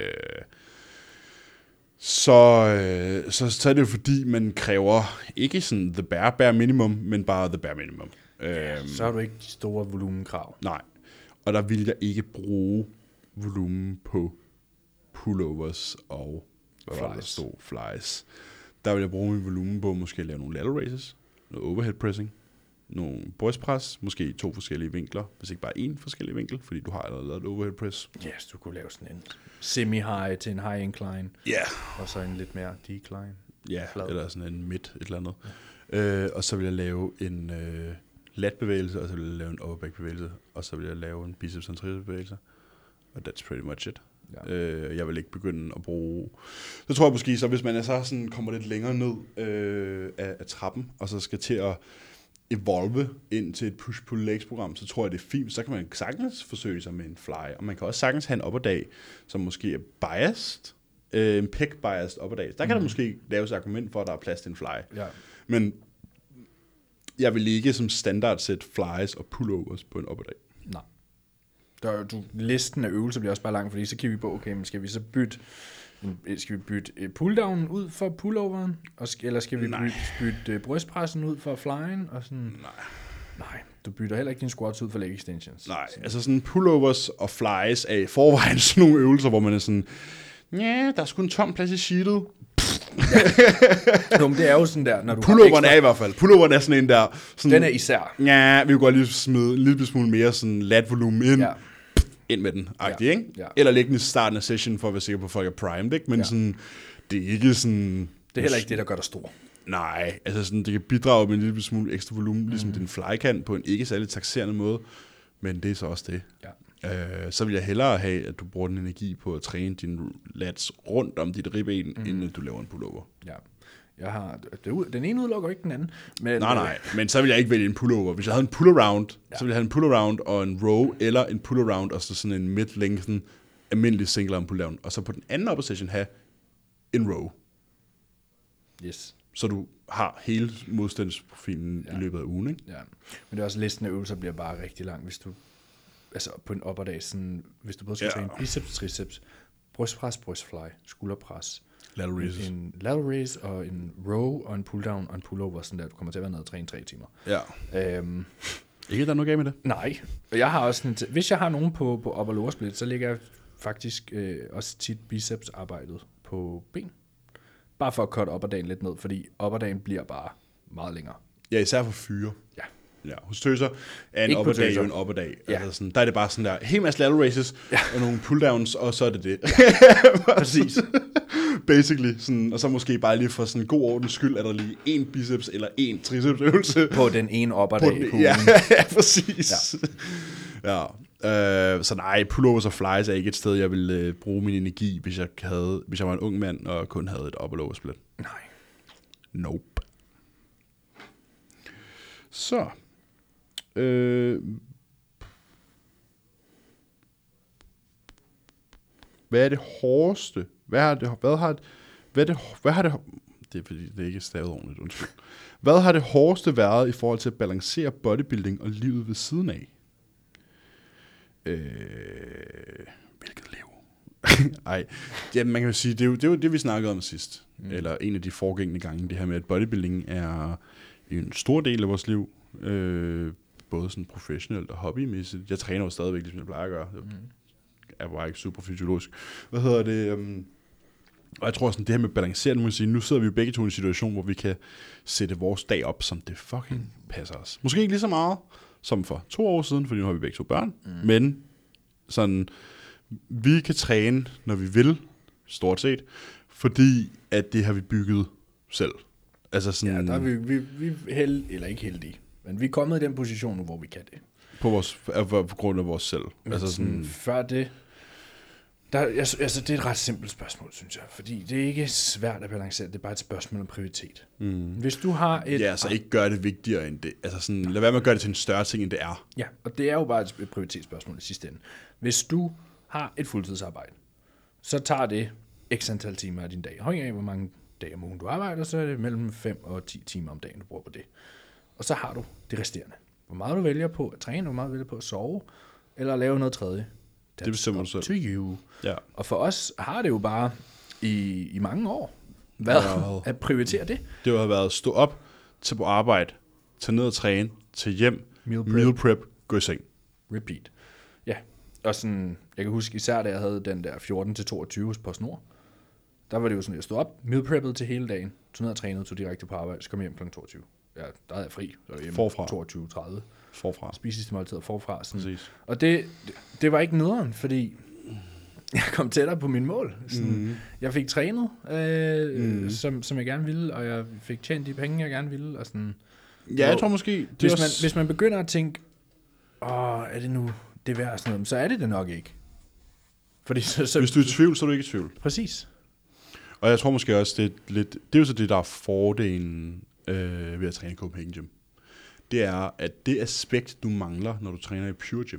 så, øh, så, så er det jo fordi, man kræver ikke sådan the bare, bare minimum, men bare the bare minimum. Ja, øhm, så har du ikke de store volumenkrav. Nej, og der vil jeg ikke bruge volumen på pullovers og hvad var det, der stod? Flies. Der vil jeg bruge min volumen på måske at lave nogle lateral raises, noget overhead pressing, nogle brystpres, måske to forskellige vinkler, hvis ikke bare én forskellig vinkel, fordi du har allerede lavet et overhead press. Ja, yes, du kunne lave sådan en semi-high til en high incline, ja, yeah. og så en lidt mere decline. Ja, yeah, eller sådan en mid, et eller andet. Ja. Øh, og så vil jeg lave en øh, lat-bevægelse, og så vil jeg lave en overback-bevægelse, og så vil jeg lave en biceps and triceps bevægelse. Og that's pretty much it. Ja. Øh, jeg vil ikke begynde at bruge... Så tror jeg måske, så hvis man er så sådan, kommer lidt længere ned øh, af, af trappen, og så skal til at evolve ind til et push-pull-legs-program, så tror jeg, det er fint. Så kan man sagtens forsøge sig med en fly, og man kan også sagtens have en opperdag, som måske er biased, øh, en pec-biased opperdag. Der kan mm. der måske laves argument for, at der er plads til en fly. Ja. Men jeg vil ikke som standard sætte flies og pullovers på en opperdag. Nej. Der, du, listen af øvelser bliver også bare lang, fordi så kigger vi på, okay, men skal vi så bytte skal vi bytte pulldown ud for pulloveren, og, eller skal vi Nej. bytte, bytte brystpressen ud for flyen, og sådan? Nej. Nej, du bytter heller ikke din squats ud for leg extensions. Nej, sådan. Altså sådan pullovers og flies er i forvejen sådan nogle øvelser, hvor man er sådan, ja, der er sgu en tom plads i sheetet. Jo, men det er jo sådan der, når du pulloveren ekstra... er i hvert fald. Pulloveren er sådan en der... Sådan, den er især. Ja, vi kunne godt lige smide en lille smule mere sådan lat volumen ind. Ja. Ind med den, agtig, ja. Ikke? Ja. Eller lægge den i starten af session, for at være sikker på, at folk er primed, ikke? Men ja. Sådan, det er ikke sådan... Det er heller ikke det, der gør dig stor. Nej, altså sådan, det kan bidrage med en lille smule ekstra volumen, ligesom mm. den fly kan, på en ikke særlig taxerende måde. Men det er så også det. Ja. Øh, så vil jeg hellere have, at du bruger den energi på at træne dine lats rundt om dit ribben, mm. inden du laver en pullover. Ja. Jeg har, det, den ene udelukker ikke den anden. Men, nej, nej, men så vil jeg ikke vælge en pullover. Hvis jeg havde en pull-around, ja. så ville jeg have en pull-around og en row, eller en pull-around og så sådan en mid-lengthen almindelig single arm pull-down. Og så på den anden opposition have en row. Yes. Så du har hele modstandsprofilen ja. i løbet af ugen, ikke? Ja, men det er også, listen af øvelser bliver bare rigtig lang, hvis du, altså på en opperdag, sådan, hvis du både skal ja. træne biceps, triceps, brystpres, brystfly, skulderpres, lateral raises. En lateral raise og en row og en pull-down og en pull-over, sådan der, du kommer til at være nede og træne tre timer. Ja. Øhm, ikke, at der er noget galt med det? Nej, og jeg har også en, hvis jeg har nogen på, på upper lower split, så ligger jeg faktisk øh, også tit biceps arbejdet på ben. Bare for at cutte opperdagen lidt ned, fordi opperdagen bliver bare meget længere. Ja, især for fyre. Ja. Ja, hos tøser er en opperdag jo en opperdag. Ja. Altså sådan, der er det bare sådan der, helt masse lateral raises, ja. og nogle pulldowns, og så er det det. Præcis. Basically. Sådan, og så måske bare lige for sådan en god ordens skyld, er der lige en biceps eller en triceps øvelse. På den ene opperdag. På ja, ja, præcis. Ja. ja. Uh, så nej, pullovers og flies er ikke et sted, jeg ville uh, bruge min energi, hvis jeg, havde, hvis jeg var en ung mand og kun havde et upper lower split. Nej. Nope. Så. Øh, hvad er det hårdeste? Hvad har det, hvad har, hvad er det, hvad har det, det er fordi, det er ikke stavet ordentligt, undskyld. Hvad har det hårdeste været i forhold til at balancere bodybuilding og livet ved siden af? Øh, hvilket liv? Ej, ja, man kan jo sige, det er jo det, er jo det vi snakkede om sidst. Mm. Eller en af de foregængende gange, det her med, at bodybuilding er en stor del af vores liv. Øh, både sådan professionelt og hobbymæssigt. Jeg træner jo stadigvæk, ligesom jeg plejer at gøre. Mm. Jeg er bare ikke super fysiologisk. Hvad hedder det? Um, og jeg tror sådan, det her med balanceret, må sige, nu sidder vi jo begge to i en situation, hvor vi kan sætte vores dag op, som det fucking passer os. Måske ikke lige så meget som for to år siden, fordi nu har vi begge to børn. Mm. Men sådan, vi kan træne, når vi vil, stort set, fordi at det har vi bygget selv. Altså sådan, ja, der er vi, vi, vi held, eller ikke heldige. Men vi er kommet i den position nu, hvor vi kan det. På, vores, på grund af vores selv. Men altså sådan, sådan, før det, der, altså det er et ret simpelt spørgsmål, synes jeg. Fordi det er ikke svært at balancere, det er bare et spørgsmål om prioritet. Mm. Hvis du har et... Ja, altså ikke gøre det vigtigere end det. Altså sådan, lad være med at gøre det til en større ting, end det er. Ja, og det er jo bare et prioritetsspørgsmål i sidste ende. Hvis du har et fuldtidsarbejde, så tager det x antal timer af din dag. Afhængig af, hvor mange dage om ugen du arbejder, så er det mellem fem og ti timer om dagen, du bruger på det. Og så har du det resterende. Hvor meget du vælger på at træne, hvor meget du vælger på at sove, eller at lave noget tredje. Det bestemmer du selv. To you. Ja. Og for os har det jo bare i, i mange år været ja. at prioritere det. Det har været at stå op, tage på arbejde, tage ned og træne, tage hjem, meal prep, meal prep gå i seng. Repeat. Ja, og sådan, jeg kan huske især, da jeg havde den der fjorten til toogtyve på PostNord, der var det jo sådan, at jeg stod op, meal preppet til hele dagen, tog ned og trænede, tog direkte på arbejde, så kom jeg hjem klokken toogtyve. Ja, der havde jeg fri. Så var jeg hjemme forfra. toogtyve tredive. Forfra. Spiste måltider forfra. Sådan. Præcis. Og det, det, det var ikke nederen, fordi jeg kom tættere på min mål. Sådan, mm. Jeg fik trænet, øh, mm. som, som jeg gerne ville, og jeg fik tjent de penge, jeg gerne ville. Og sådan. Ja, jeg tror måske... Det hvis, også... man, hvis man begynder at tænke, åh, er det nu det værd sådan noget, så er det det nok ikke. Fordi så, så, hvis du er i tvivl, så er du ikke i tvivl. Præcis. Og jeg tror måske også, det er lidt... Det er jo så det, der er fordelen øh, ved at træne i Copenhagen Gym. Det er, at det aspekt, du mangler, når du træner i Pure Gym,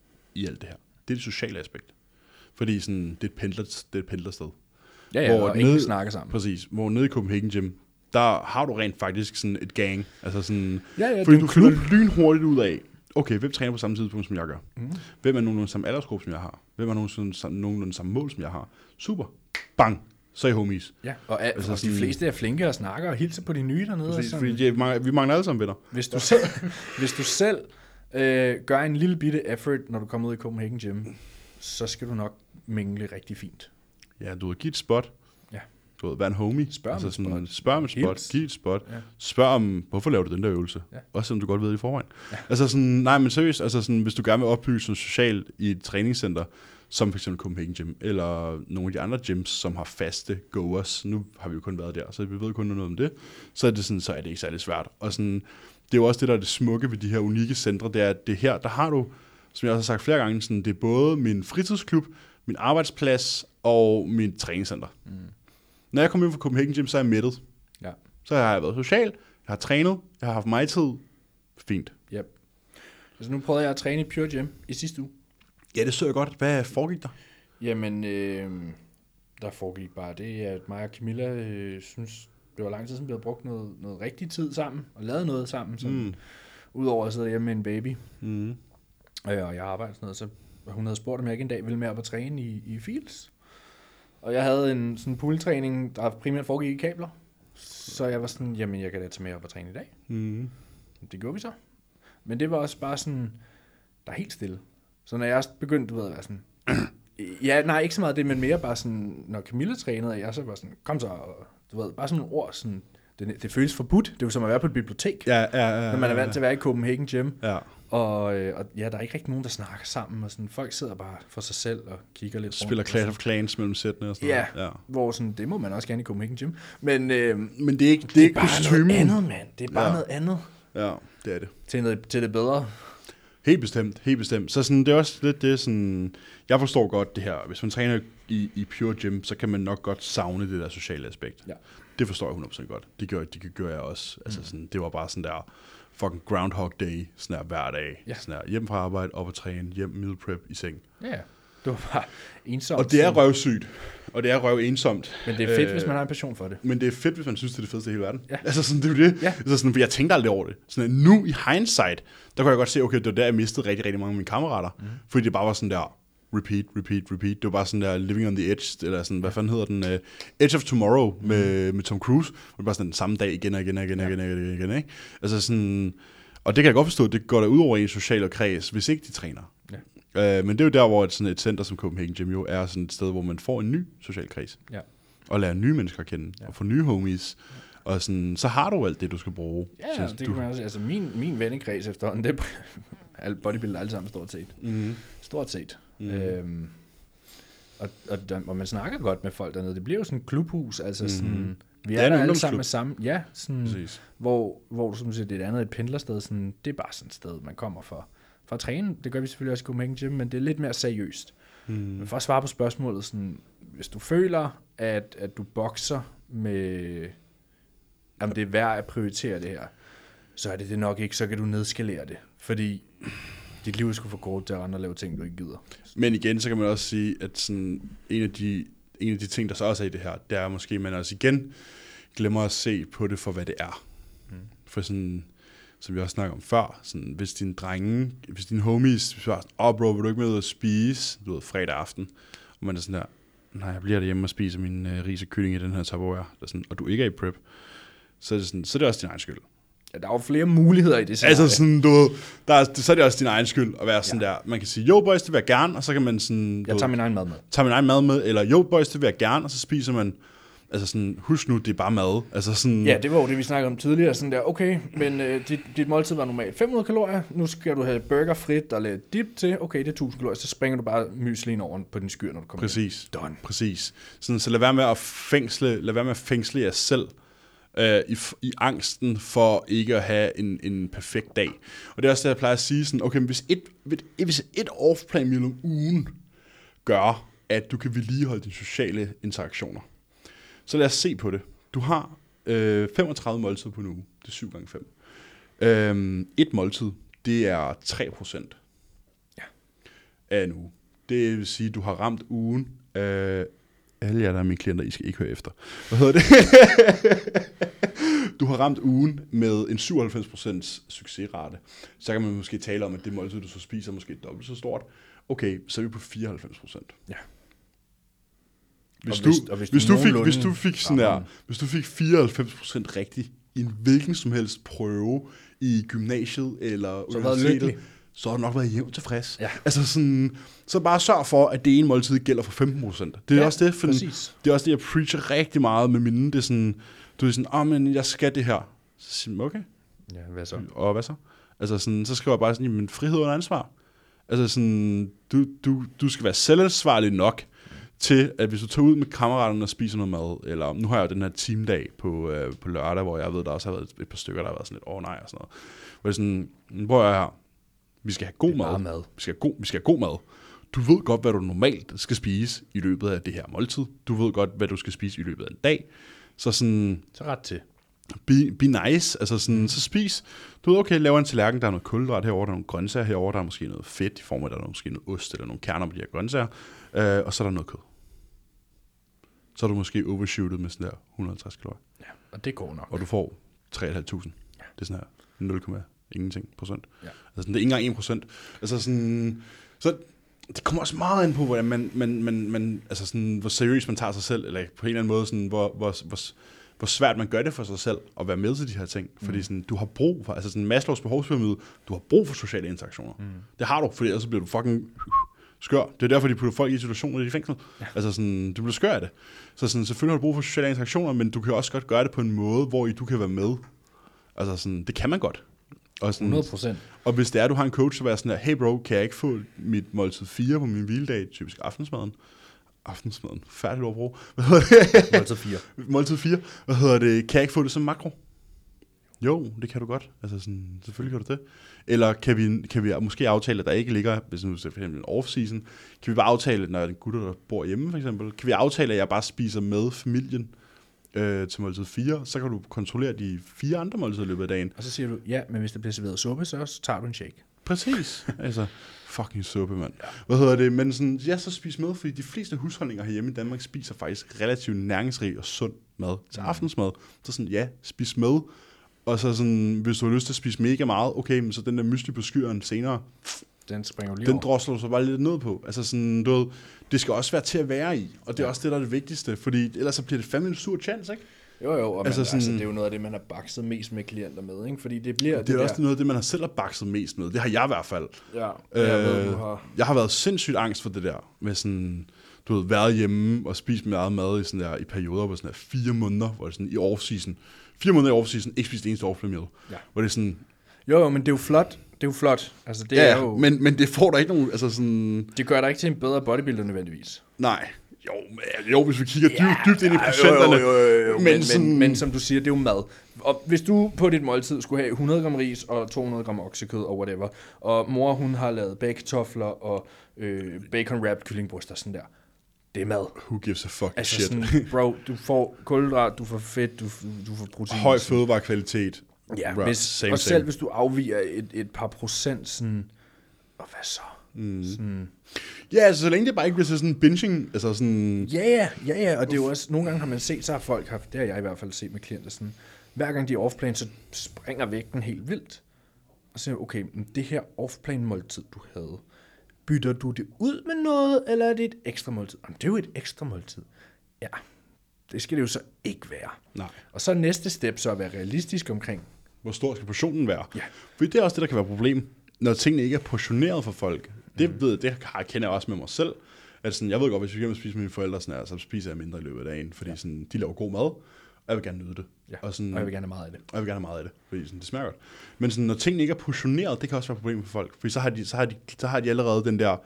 i alt det her, det er det sociale aspekt. Fordi sådan, det er et, pendler, det er et pendlersted. Ja, ja, hvor og ingen snakker sammen. Præcis. Hvor nede i Copenhagen Gym, der har du rent faktisk sådan et gang. Altså sådan, ja, ja, fordi du finder lynhurtigt ud af, okay, hvem træner på samme tidspunkt, som jeg gør? Mm. Hvem er nogenlunde samme aldersgruppe, som jeg har? Hvem er nogenlunde, nogenlunde samme mål, som jeg har? Super. Bang. Så er I homies. Ja, og, al, altså, og de fleste er flinke og snakker og hilser på de nye dernede. Præcis, fordi de, vi mangler alle sammen venner. Hvis du selv, hvis du selv øh, gør en lille bitte effort, når du kommer ud i Copenhagen Gym, så skal du nok mingle rigtig fint. Ja, du har givet et spot. Ja. Du ved, vær en homie. Spørg altså, om sådan, et spot. Spørg om et spot. Giv et spot. Ja. Spørg om, hvorfor laver du den der øvelse? Ja. Også selvom du godt ved det i forvejen. Ja. Altså sådan, nej, men seriøst, altså sådan, hvis du gerne vil opbygge sådan socialt i et træningscenter, som for eksempel Copenhagen Gym, eller nogle af de andre gyms, som har faste goers. Nu har vi jo kun været der, så vi ved kun noget om det. Så er det, sådan, så er det ikke særlig svært. Og sådan, det er jo også det, der er det smukke ved de her unikke centre, det er, at det her, der har du som jeg også har sagt flere gange, sådan, det er både min fritidsklub, min arbejdsplads og mit træningscenter. Mm. Når jeg kommer ind fra Copenhagen Gym, så er jeg mættet. Ja. Så har jeg været social, jeg har trænet, jeg har haft mig tid. Fint. Yep. Altså nu prøvede jeg at træne i Pure Gym i sidste uge. Ja, det så jeg godt. Hvad foregik der? Jamen, øh, der foregik bare det, at mig og Camilla øh, synes, det var lang tid siden, vi havde brugt noget, noget rigtig tid sammen, og lavet noget sammen, sådan, mm. udover at sidde hjemme med en baby. Mm. Øh, og jeg arbejder sådan noget, så hun havde spurgt, om jeg ikke en dag ville med op og træne i, i Fields. Og jeg havde en sådan pooltræning, der primært foregik i kabler. Så jeg var sådan, jamen jeg kan da tage med op og træne i dag. Mm. Det gjorde vi så. Men det var også bare sådan, der er helt stille. Så når jeg begyndte, du ved, at være sådan, ja, nej, ikke så meget det, men mere bare sådan, når Camilla trænede, og jeg så var sådan, kom så, og, du ved, bare sådan nogle ord, sådan, det, det føles forbudt. Det er jo som at være på et bibliotek, ja, ja, ja, når man er vant til at være i Copenhagen Gym. Ja. Og, og ja, der er ikke rigtig nogen, der snakker sammen, og sådan, folk sidder bare for sig selv og kigger lidt Spiller rundt. Clash of Clans mellem sættene og sådan ja, noget. Ja, hvor sådan, det må man også gerne i Copenhagen Gym. Men, øh, men det er ikke, det det er ikke bare kostymen. noget andet, mand. Det er bare ja. noget andet. Ja, det er det. Til, noget, til det bedre. Helt bestemt, helt bestemt. Så sådan, det er også lidt det sådan, jeg forstår godt det her. Hvis man træner i, i Pure Gym, så kan man nok godt savne det der sociale aspekt. Ja. Det forstår jeg hundrede procent godt. Det gør, det gør jeg også. Mm. Altså sådan, det var bare sådan der fucking Groundhog Day, sådan der hver dag. Ja. Sådan der, hjem fra arbejde, op og træne, hjem, meal prep, i seng. Ja, det var bare ensomt. Og det er røvsygt. Og det er røv ensomt. Men det er fedt, øh, hvis man har en passion passion for det. Men det er fedt, hvis man synes, det er det fedeste i hele verden. Ja. Altså sådan, det er jo det. Ja. Altså sådan, for jeg tænkte aldrig over det. Sådan, nu i hindsight, der kunne jeg godt se, okay, det var der, jeg mistede rigtig, rigtig mange af mine kammerater. Mm. Fordi det bare var sådan der, repeat, repeat, repeat. Det var bare sådan der, living on the edge, eller sådan, hvad fanden hedder den? Uh, Edge of Tomorrow mm. med, med Tom Cruise. Det var bare sådan den samme dag igen og igen og igen og igen, ja. igen, igen, igen, ikke? Altså sådan, og det kan jeg godt forstå, det går der ud over en social kreds, hvis ikke de træner. Ja. Uh, men det er jo der, hvor et, sådan et center som Copenhagen Gym jo er sådan et sted, hvor man får en ny social kreds. Ja. Og lære nye mennesker at kende, ja. Og få nye homies. Og sådan, så har du alt det, du skal bruge. Ja, det du... kan man også. Altså min, min vennekreds efterhånden, det er bodybuilder alle sammen stort set. Mm-hmm. Stort set. Mm-hmm. Øhm, og, og, der, og man snakker godt med folk dernede. Det bliver jo sådan et klubhus, altså mm-hmm. sådan, vi er, er der alle sammen med sammen. Ja, sådan, hvor, hvor som du siger, det er et andet et pendlersted, sådan, det er bare sådan et sted, man kommer for, for at træne. Det gør vi selvfølgelig også i Copenhagen Gym, men det er lidt mere seriøst. Mm. Men for at svare på spørgsmålet, sådan, hvis du føler, at, at du bokser med, om det er værd at prioritere det her, så er det det nok ikke, så kan du nedskalere det. Fordi dit liv er sgu for kort til at andre lave ting, du ikke gider. Men igen, så kan man også sige, at sådan, en, af de, en af de ting, der så også er i det her, det er måske, at man også igen glemmer at se på det for, hvad det er. Mm. For sådan, som vi også snakker om før, sådan, hvis dine drenge, hvis dine homies spørger, åh oh bro, vil du ikke med ud og spise, du ved, fredag aften, og man er sådan der, nej, jeg bliver derhjemme og spiser min uh, ris og kylling i den her Tupperware, og du ikke er i prep, så er det, sådan, så er det også din egen skyld. Ja, der er jo flere muligheder i det scenarie. Altså sådan, du ved, der er, så er det også din egen skyld at være sådan ja. Der. Man kan sige, jo boys, det vil jeg gerne, og så kan man sådan... Jeg tager min egen mad med. Tager min egen mad med, eller jo boys, det vil jeg gerne, og så spiser man... Altså sådan, husk nu, det er bare mad. Altså sådan... Ja, det var jo det, vi snakkede om tidligere. Sådan der, okay, men øh, dit, dit måltid var normalt fem hundrede kalorier. Nu skal du have burger frit og lidt dip til. Okay, det er tusind kalorier. Så springer du bare myslien over på din skyr, når du kommer Præcis. Done. Præcis. Sådan, så lad være med at fængsle, lad være med at fængsle jer selv. Øh, i, i angsten for ikke at have en, en perfekt dag. Og det er også det, jeg plejer at sige, sådan, okay, hvis et, hvis et off-plan meal om ugen gør, at du kan vedligeholde dine sociale interaktioner, så lad os se på det. Du har øh, femogtredive måltider på en uge. Det er syv gange fem. Øh, et måltid, det er tre procent ja. Af en uge. Det vil sige, at du har ramt ugen. Øh, alle jer, der er mine klienter, I skal ikke høre efter. Hvad hedder det? Du har ramt ugen med en syvoghalvfems procent succesrate. Så kan man måske tale om, at det måltid, du så spiser, måske er dobbelt så stort. Okay, så er vi på fireoghalvfems procent. Ja. Hvis, og hvis, du, og hvis, hvis, du fik, hvis du fik sådan der, hvis du fik fireoghalvfems procent rigtigt i en hvilken som helst prøve i gymnasiet eller så universitetet, så har du nok været jævnt tilfreds. Ja. Altså sådan, så bare sørg for, at det ene måltid gælder for femten procent. Det er ja, også det, for det er også det, jeg preacher rigtig meget med mine. Det er sådan, du er sådan, åh, oh, men jeg skal det her. Så siger man, okay. Ja, hvad så? Og hvad så? Altså sådan, så skriver jeg bare sådan, jamen frihed og ansvar. Altså sådan, du, du, du skal være selvansvarlig nok til, at hvis du tager ud med kammeraterne og spiser noget mad, eller nu har jeg jo den her teamdag på, øh, på lørdag, hvor jeg ved, der også har været et par stykker, der har været sådan lidt, åh oh, nej, og sådan noget. Hvor jeg sådan, hvor er jeg her? Vi skal have god mad. mad. Vi skal have god, vi skal have god mad. Du ved godt, hvad du normalt skal spise i løbet af det her måltid. Du ved godt, hvad du skal spise i løbet af en dag. Så sådan... Så ret til. Be, be nice. Altså sådan, så spis. Du ved, okay, laver en tallerken, der er noget kulhydrat herovre, der er nogle grøntsager herovre, der er måske noget fedt i form af, der er måske noget ost eller nogle kerner på de her grøntsager. Øh, og så er der noget kød. Så er du måske overshootet med sådan der et hundrede og halvtreds kalorier. Ja, og det går nok. Og du får tre tusind fem hundrede. Ja. Det er sådan her nul, ingenting procent. Ja. Altså sådan, det er ikke engang en procent. Altså sådan, så det kommer også meget ind på, hvordan man, man, man, man, altså sådan, hvor seriøst man tager sig selv, eller på en eller anden måde, sådan, hvor, hvor, hvor, hvor svært man gør det for sig selv, at være med til de her ting. Mm. Fordi sådan, du har brug for, altså sådan Maslows behovspyramide, du har brug for sociale interaktioner. Mm. Det har du, fordi ellers bliver du fucking skør. Det er derfor, de putter folk i situationer i de fængsel. Ja. Altså sådan, du bliver skør af det. Så sådan, selvfølgelig har du brug for sociale interaktioner, men du kan også godt gøre det på en måde, hvor du kan være med. Altså sådan, det kan man godt. Og sådan, hundrede procent. Og hvis det er, du har en coach, så være sådan her, hey bro, kan jeg ikke få mit måltid fire på min hviledag, typisk aftensmaden? Aftensmaden, færdigt ord at bruge. måltid fire. måltid fire. Hvad hedder det? Kan jeg ikke få det som makro? Jo, det kan du godt. Altså sådan, selvfølgelig kan du det. Eller kan vi, kan vi måske aftale, at der ikke ligger, hvis nu for eksempel en off-season, kan vi bare aftale, når en gutter, der bor hjemme for eksempel, kan vi aftale, at jeg bare spiser med familien øh, til måltid fire, så kan du kontrollere de fire andre måltider i løbet af dagen. Og så siger du, ja, men hvis der bliver serveret suppe, så tager du en shake. Præcis. Altså, fucking suppe, mand. Ja. Hvad hedder det? Men sådan, ja, så spis med, fordi de fleste husholdninger herhjemme i Danmark spiser faktisk relativt næringsrig og sund mad til aftensmad. Så sådan, ja, spis med. Og så sådan, hvis du har lyst til at spise mega meget, okay, men så den der mysli på skyren senere, den springer lige den over. drosler du så bare lidt ned på. Altså sådan, du ved, det skal også være til at være i, og det er ja. også det, der er det vigtigste, fordi ellers så bliver det fandme en sur chance, ikke? Jo, jo, og altså, man, sådan, altså, det er jo noget af det, man har bakset mest med klienter med, ikke? Fordi det bliver det, det er der... også noget af det, man har selv har bakset mest med. Det har jeg i hvert fald. Ja, øh, jeg ved, du har... Jeg har været sindssygt angst for det der, med sådan, du ved, været hjemme og spist meget mad i, sådan der, i perioder på sådan der fire måneder, hvor det sådan i off-season, fire måneder i off-season, ikke spist eneste off-play meal. Ja. Hvor det er sådan... Jo, jo, men det er jo flot. Det er jo flot. Altså, det ja, er jo... men, men det får der ikke nogen... Altså sådan... Det gør dig ikke til en bedre bodybuilder nødvendigvis. Nej. Jo, jo, hvis vi kigger dybt, ja, dybt ind i procenterne. Jo, jo, jo, jo, jo. Men, men, sådan... men, men som du siger, det er jo mad. Og hvis du på dit måltid skulle have hundrede gram ris og to hundrede gram oksekød og whatever, og mor hun har lavet bagekartofler og øh, bacon wrap kyllingbryster sådan der, det er mad. Who gives a fuck altså shit? Sådan, bro, du får kulhydrat, du får fedt, du, du får protein. Høj fødevarekvalitet. Ja, Bro, hvis, same, og same. selv hvis du afviger et, et par procent, sådan, og hvad så? Mm. Sådan. Ja, altså så længe det bare ikke bliver sådan binging, altså sådan... Ja, ja, ja, ja, og det er jo også, nogle gange har man set, så har folk haft, det har jeg i hvert fald set med klienter, sådan, hver gang de er offplan, så springer vægten helt vildt. Og så siger okay, men det her offplan måltid, du havde, bytter du det ud med noget, eller er det et ekstra måltid? Jamen, det er jo et ekstra måltid. Ja, det skal det jo så ikke være. Nej. Og så næste step, så at være realistisk omkring. Hvor stor skal portionen være? Ja. Fordi det er også det, der kan være et problem, når tingene ikke er portioneret for folk. Det mm. ved det kender jeg også med mig selv. At sådan, jeg ved godt, hvis vi gerne vil spise med mine forældre, sådan her, så spiser jeg mindre i løbet af dagen, fordi ja. sådan, de laver god mad, og jeg vil gerne nyde det. Ja. Og, sådan, og jeg vil gerne have meget af det. Og jeg vil gerne have meget af det, fordi sådan, det smager godt. Men sådan, når tingene ikke er portioneret, det kan også være et problem for folk, fordi så har de, så har de, så har de allerede den der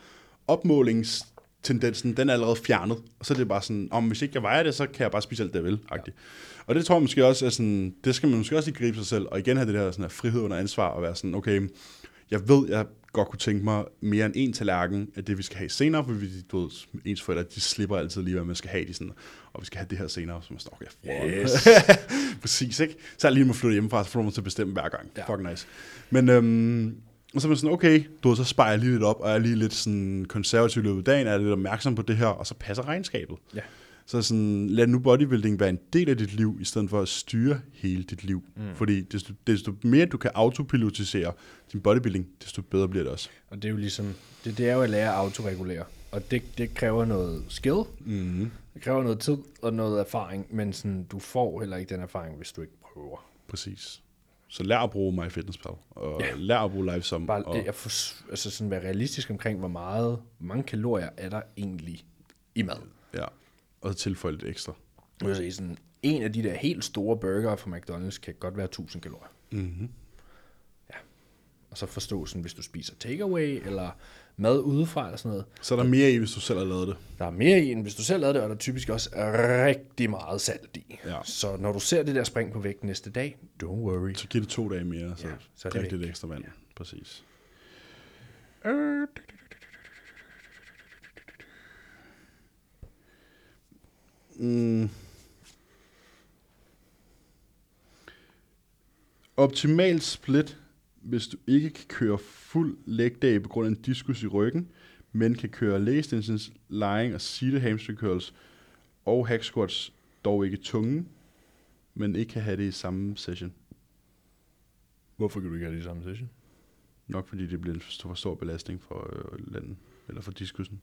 opmålingstendensen, den er allerede fjernet. Og så er det bare sådan, om hvis ikke jeg vejer det, så kan jeg bare spise alt det, jeg vil. Ja. Og det tror jeg måske også, at sådan, det skal man måske også lige gribe sig selv, og igen have det der sådan her frihed under ansvar, og være sådan, okay, jeg ved, jeg godt kunne tænke mig mere end en tallerken af det, vi skal have senere, for vi, du ved, ens forældre, de slipper altid lige, hvad man skal have, de sådan, og vi skal have det her senere, så man står, okay, yes. Præcis, ikke? Så er jeg lige må flytte hjemmefra, så får man til at bestemme hver gang. Ja. Fuck nice. Men, øhm, og så er man sådan, okay, du ved, så sparer jeg lige lidt op, og er lige lidt sådan konservativ i løbet af dagen, er lidt opmærksom på det her, og så passer regnskabet. Ja. Så sådan, lad nu bodybuilding være en del af dit liv, i stedet for at styre hele dit liv. Mm. Fordi desto, desto mere du kan autopilotisere din bodybuilding, desto bedre bliver det også. Og det er jo ligesom, det, det er jo at lære at autoregulere. Og det, det kræver noget skill, mm. det kræver noget tid og noget erfaring, men sådan, du får heller ikke den erfaring, hvis du ikke prøver. Præcis. Så lær at bruge MyFitnessPal, og ja. lær at bruge LiveSum. Bare og... at for, altså sådan være realistisk omkring, hvor meget, hvor mange kalorier er der egentlig i mad. Ja. Og så tilføje lidt ekstra. Jeg vil sige, sådan, en af de der helt store burger fra McDonald's kan godt være tusind kalorier. Mm-hmm. Ja. Og så forstå sådan, hvis du spiser takeaway eller mad udefra eller sådan noget. Så er der mere i, hvis du selv har lavet det. Der er mere i, end hvis du selv har lavet det, og der er typisk også rigtig meget salt i. Ja. Så når du ser det der spring på vægten næste dag, don't worry. Så giver det to dage mere, så, ja, så drik lidt ekstra vand. Ja. Præcis. Øh, mm. Optimal split, hvis du ikke kan køre fuld leg day på grund af en diskus i ryggen, men kan køre leg extensions, lying og seated hamstring curls og hack squats, dog ikke tunge, men ikke kan have det i samme session. Hvorfor kan du ikke have det i samme session? Nok fordi det bliver en for stor belastning for øh, landen, eller for diskussen.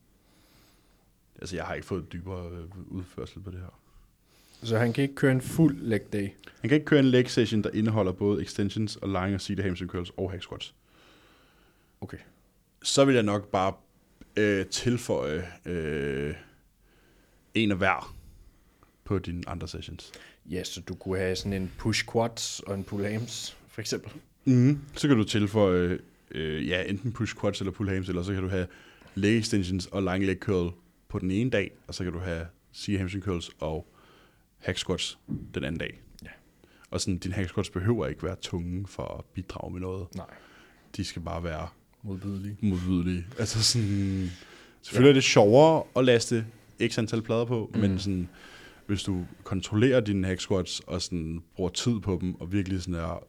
Altså, jeg har ikke fået dybere øh, udførsel på det her. Så han kan ikke køre en fuld leg day? Han kan ikke køre en leg session, der indeholder både extensions og lying og seated hamstring curls og hack squats. Okay. Så vil jeg nok bare øh, tilføje øh, en af hver på dine andre sessions. Ja, så du kunne have sådan en push quads og en pull hams, for eksempel. Mm. Så kan du tilføje øh, ja, enten push quads eller pull hams, eller så kan du have leg extensions og lying leg curl på den ene dag, og så kan du have seated hamstring curls og hack squats den anden dag. Ja. Og sådan, dine hack squats behøver ikke være tunge for at bidrage med noget. Nej. De skal bare være Modbydelige. modbydelige. Altså sådan, selvfølgelig ja. er det sjovere at laste x antal plader på, mm. men sådan, hvis du kontrollerer dine hack squats og sådan bruger tid på dem, og virkelig sådan er,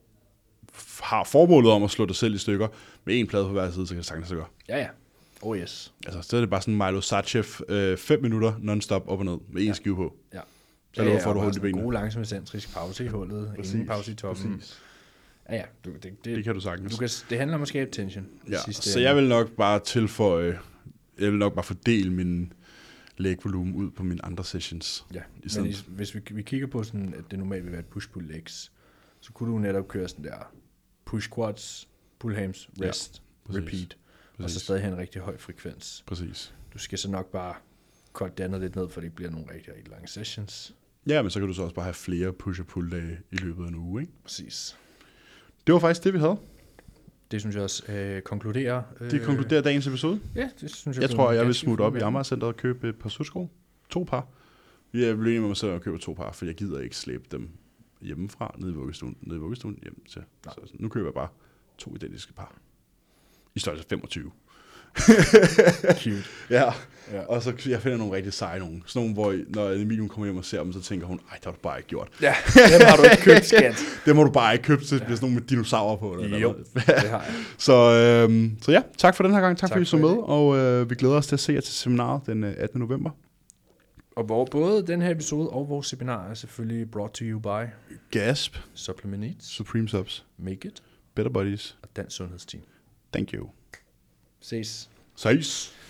har formålet om at slå dig selv i stykker med en plade på hver side, så kan det sagtens gøre. Ja, ja. Oh yes. Altså, så er det bare sådan Milo Sachev, øh, fem minutter non-stop op og ned med en ja. skive på. Ja. Så er det, ja, for, du holder i benene. God langsom centrisk pause i hullet, Præcis. ingen pause i toppen. Præcis. Ja, ja. Du, det, det, det kan du sagtens. Du kan, det handler om at skabe tension. Ja, sidste så jeg vil nok bare tilføje, jeg vil nok bare fordele min leg-volumen ud på mine andre sessions. Ja, men i, hvis vi, vi kigger på sådan, at det normalt vil være et push-pull legs, så kunne du netop køre sådan der push quads, pull hams, rest, ja, repeat, præcis. Og så stadig have en rigtig høj frekvens. Præcis. Du skal så nok bare cut det andet lidt ned, for det bliver nogle rigtig, rigtig lange sessions. Ja, men så kan du så også bare have flere push- og pull-dage i løbet af en uge, ikke? Præcis. Det var faktisk det, vi havde. Det synes jeg også øh, konkluderer. Øh, det konkluderer dagens episode. Ja, det synes jeg. Jeg tror, jeg vil smutte op i Amager-centret og købe et par sudsko. To par. Jeg bliver enig med mig selv at købe to par, for jeg gider ikke slæbe dem hjemmefra, nede i vuggestuen, nede i vuggestuen hjem til. Så nu køber jeg bare to identiske par. I størrelse femogtyve. Cute. Ja. Ja, og så jeg finder nogle rigtig seje nogle. Sådan nogle, hvor når Emilie kommer hjem og ser dem, så tænker hun, ej, det har du bare ikke gjort. Ja, dem har du ikke købt, skat. Dem har du bare ikke købt, så det bliver sådan nogle med dinosaurer på. Eller jo, det har jeg. Så, øhm, så ja, tak for den her gang. Tak, tak fordi I så med, og øh, vi glæder os til at se jer til seminaret den attende november. Og hvor både den her episode og vores seminar er selvfølgelig brought to you by Gasp, Supplement Needs, Supreme Subs, Make It, Better Bodies og Dansk Sundhedsteam. Thank you. Ses. Ses.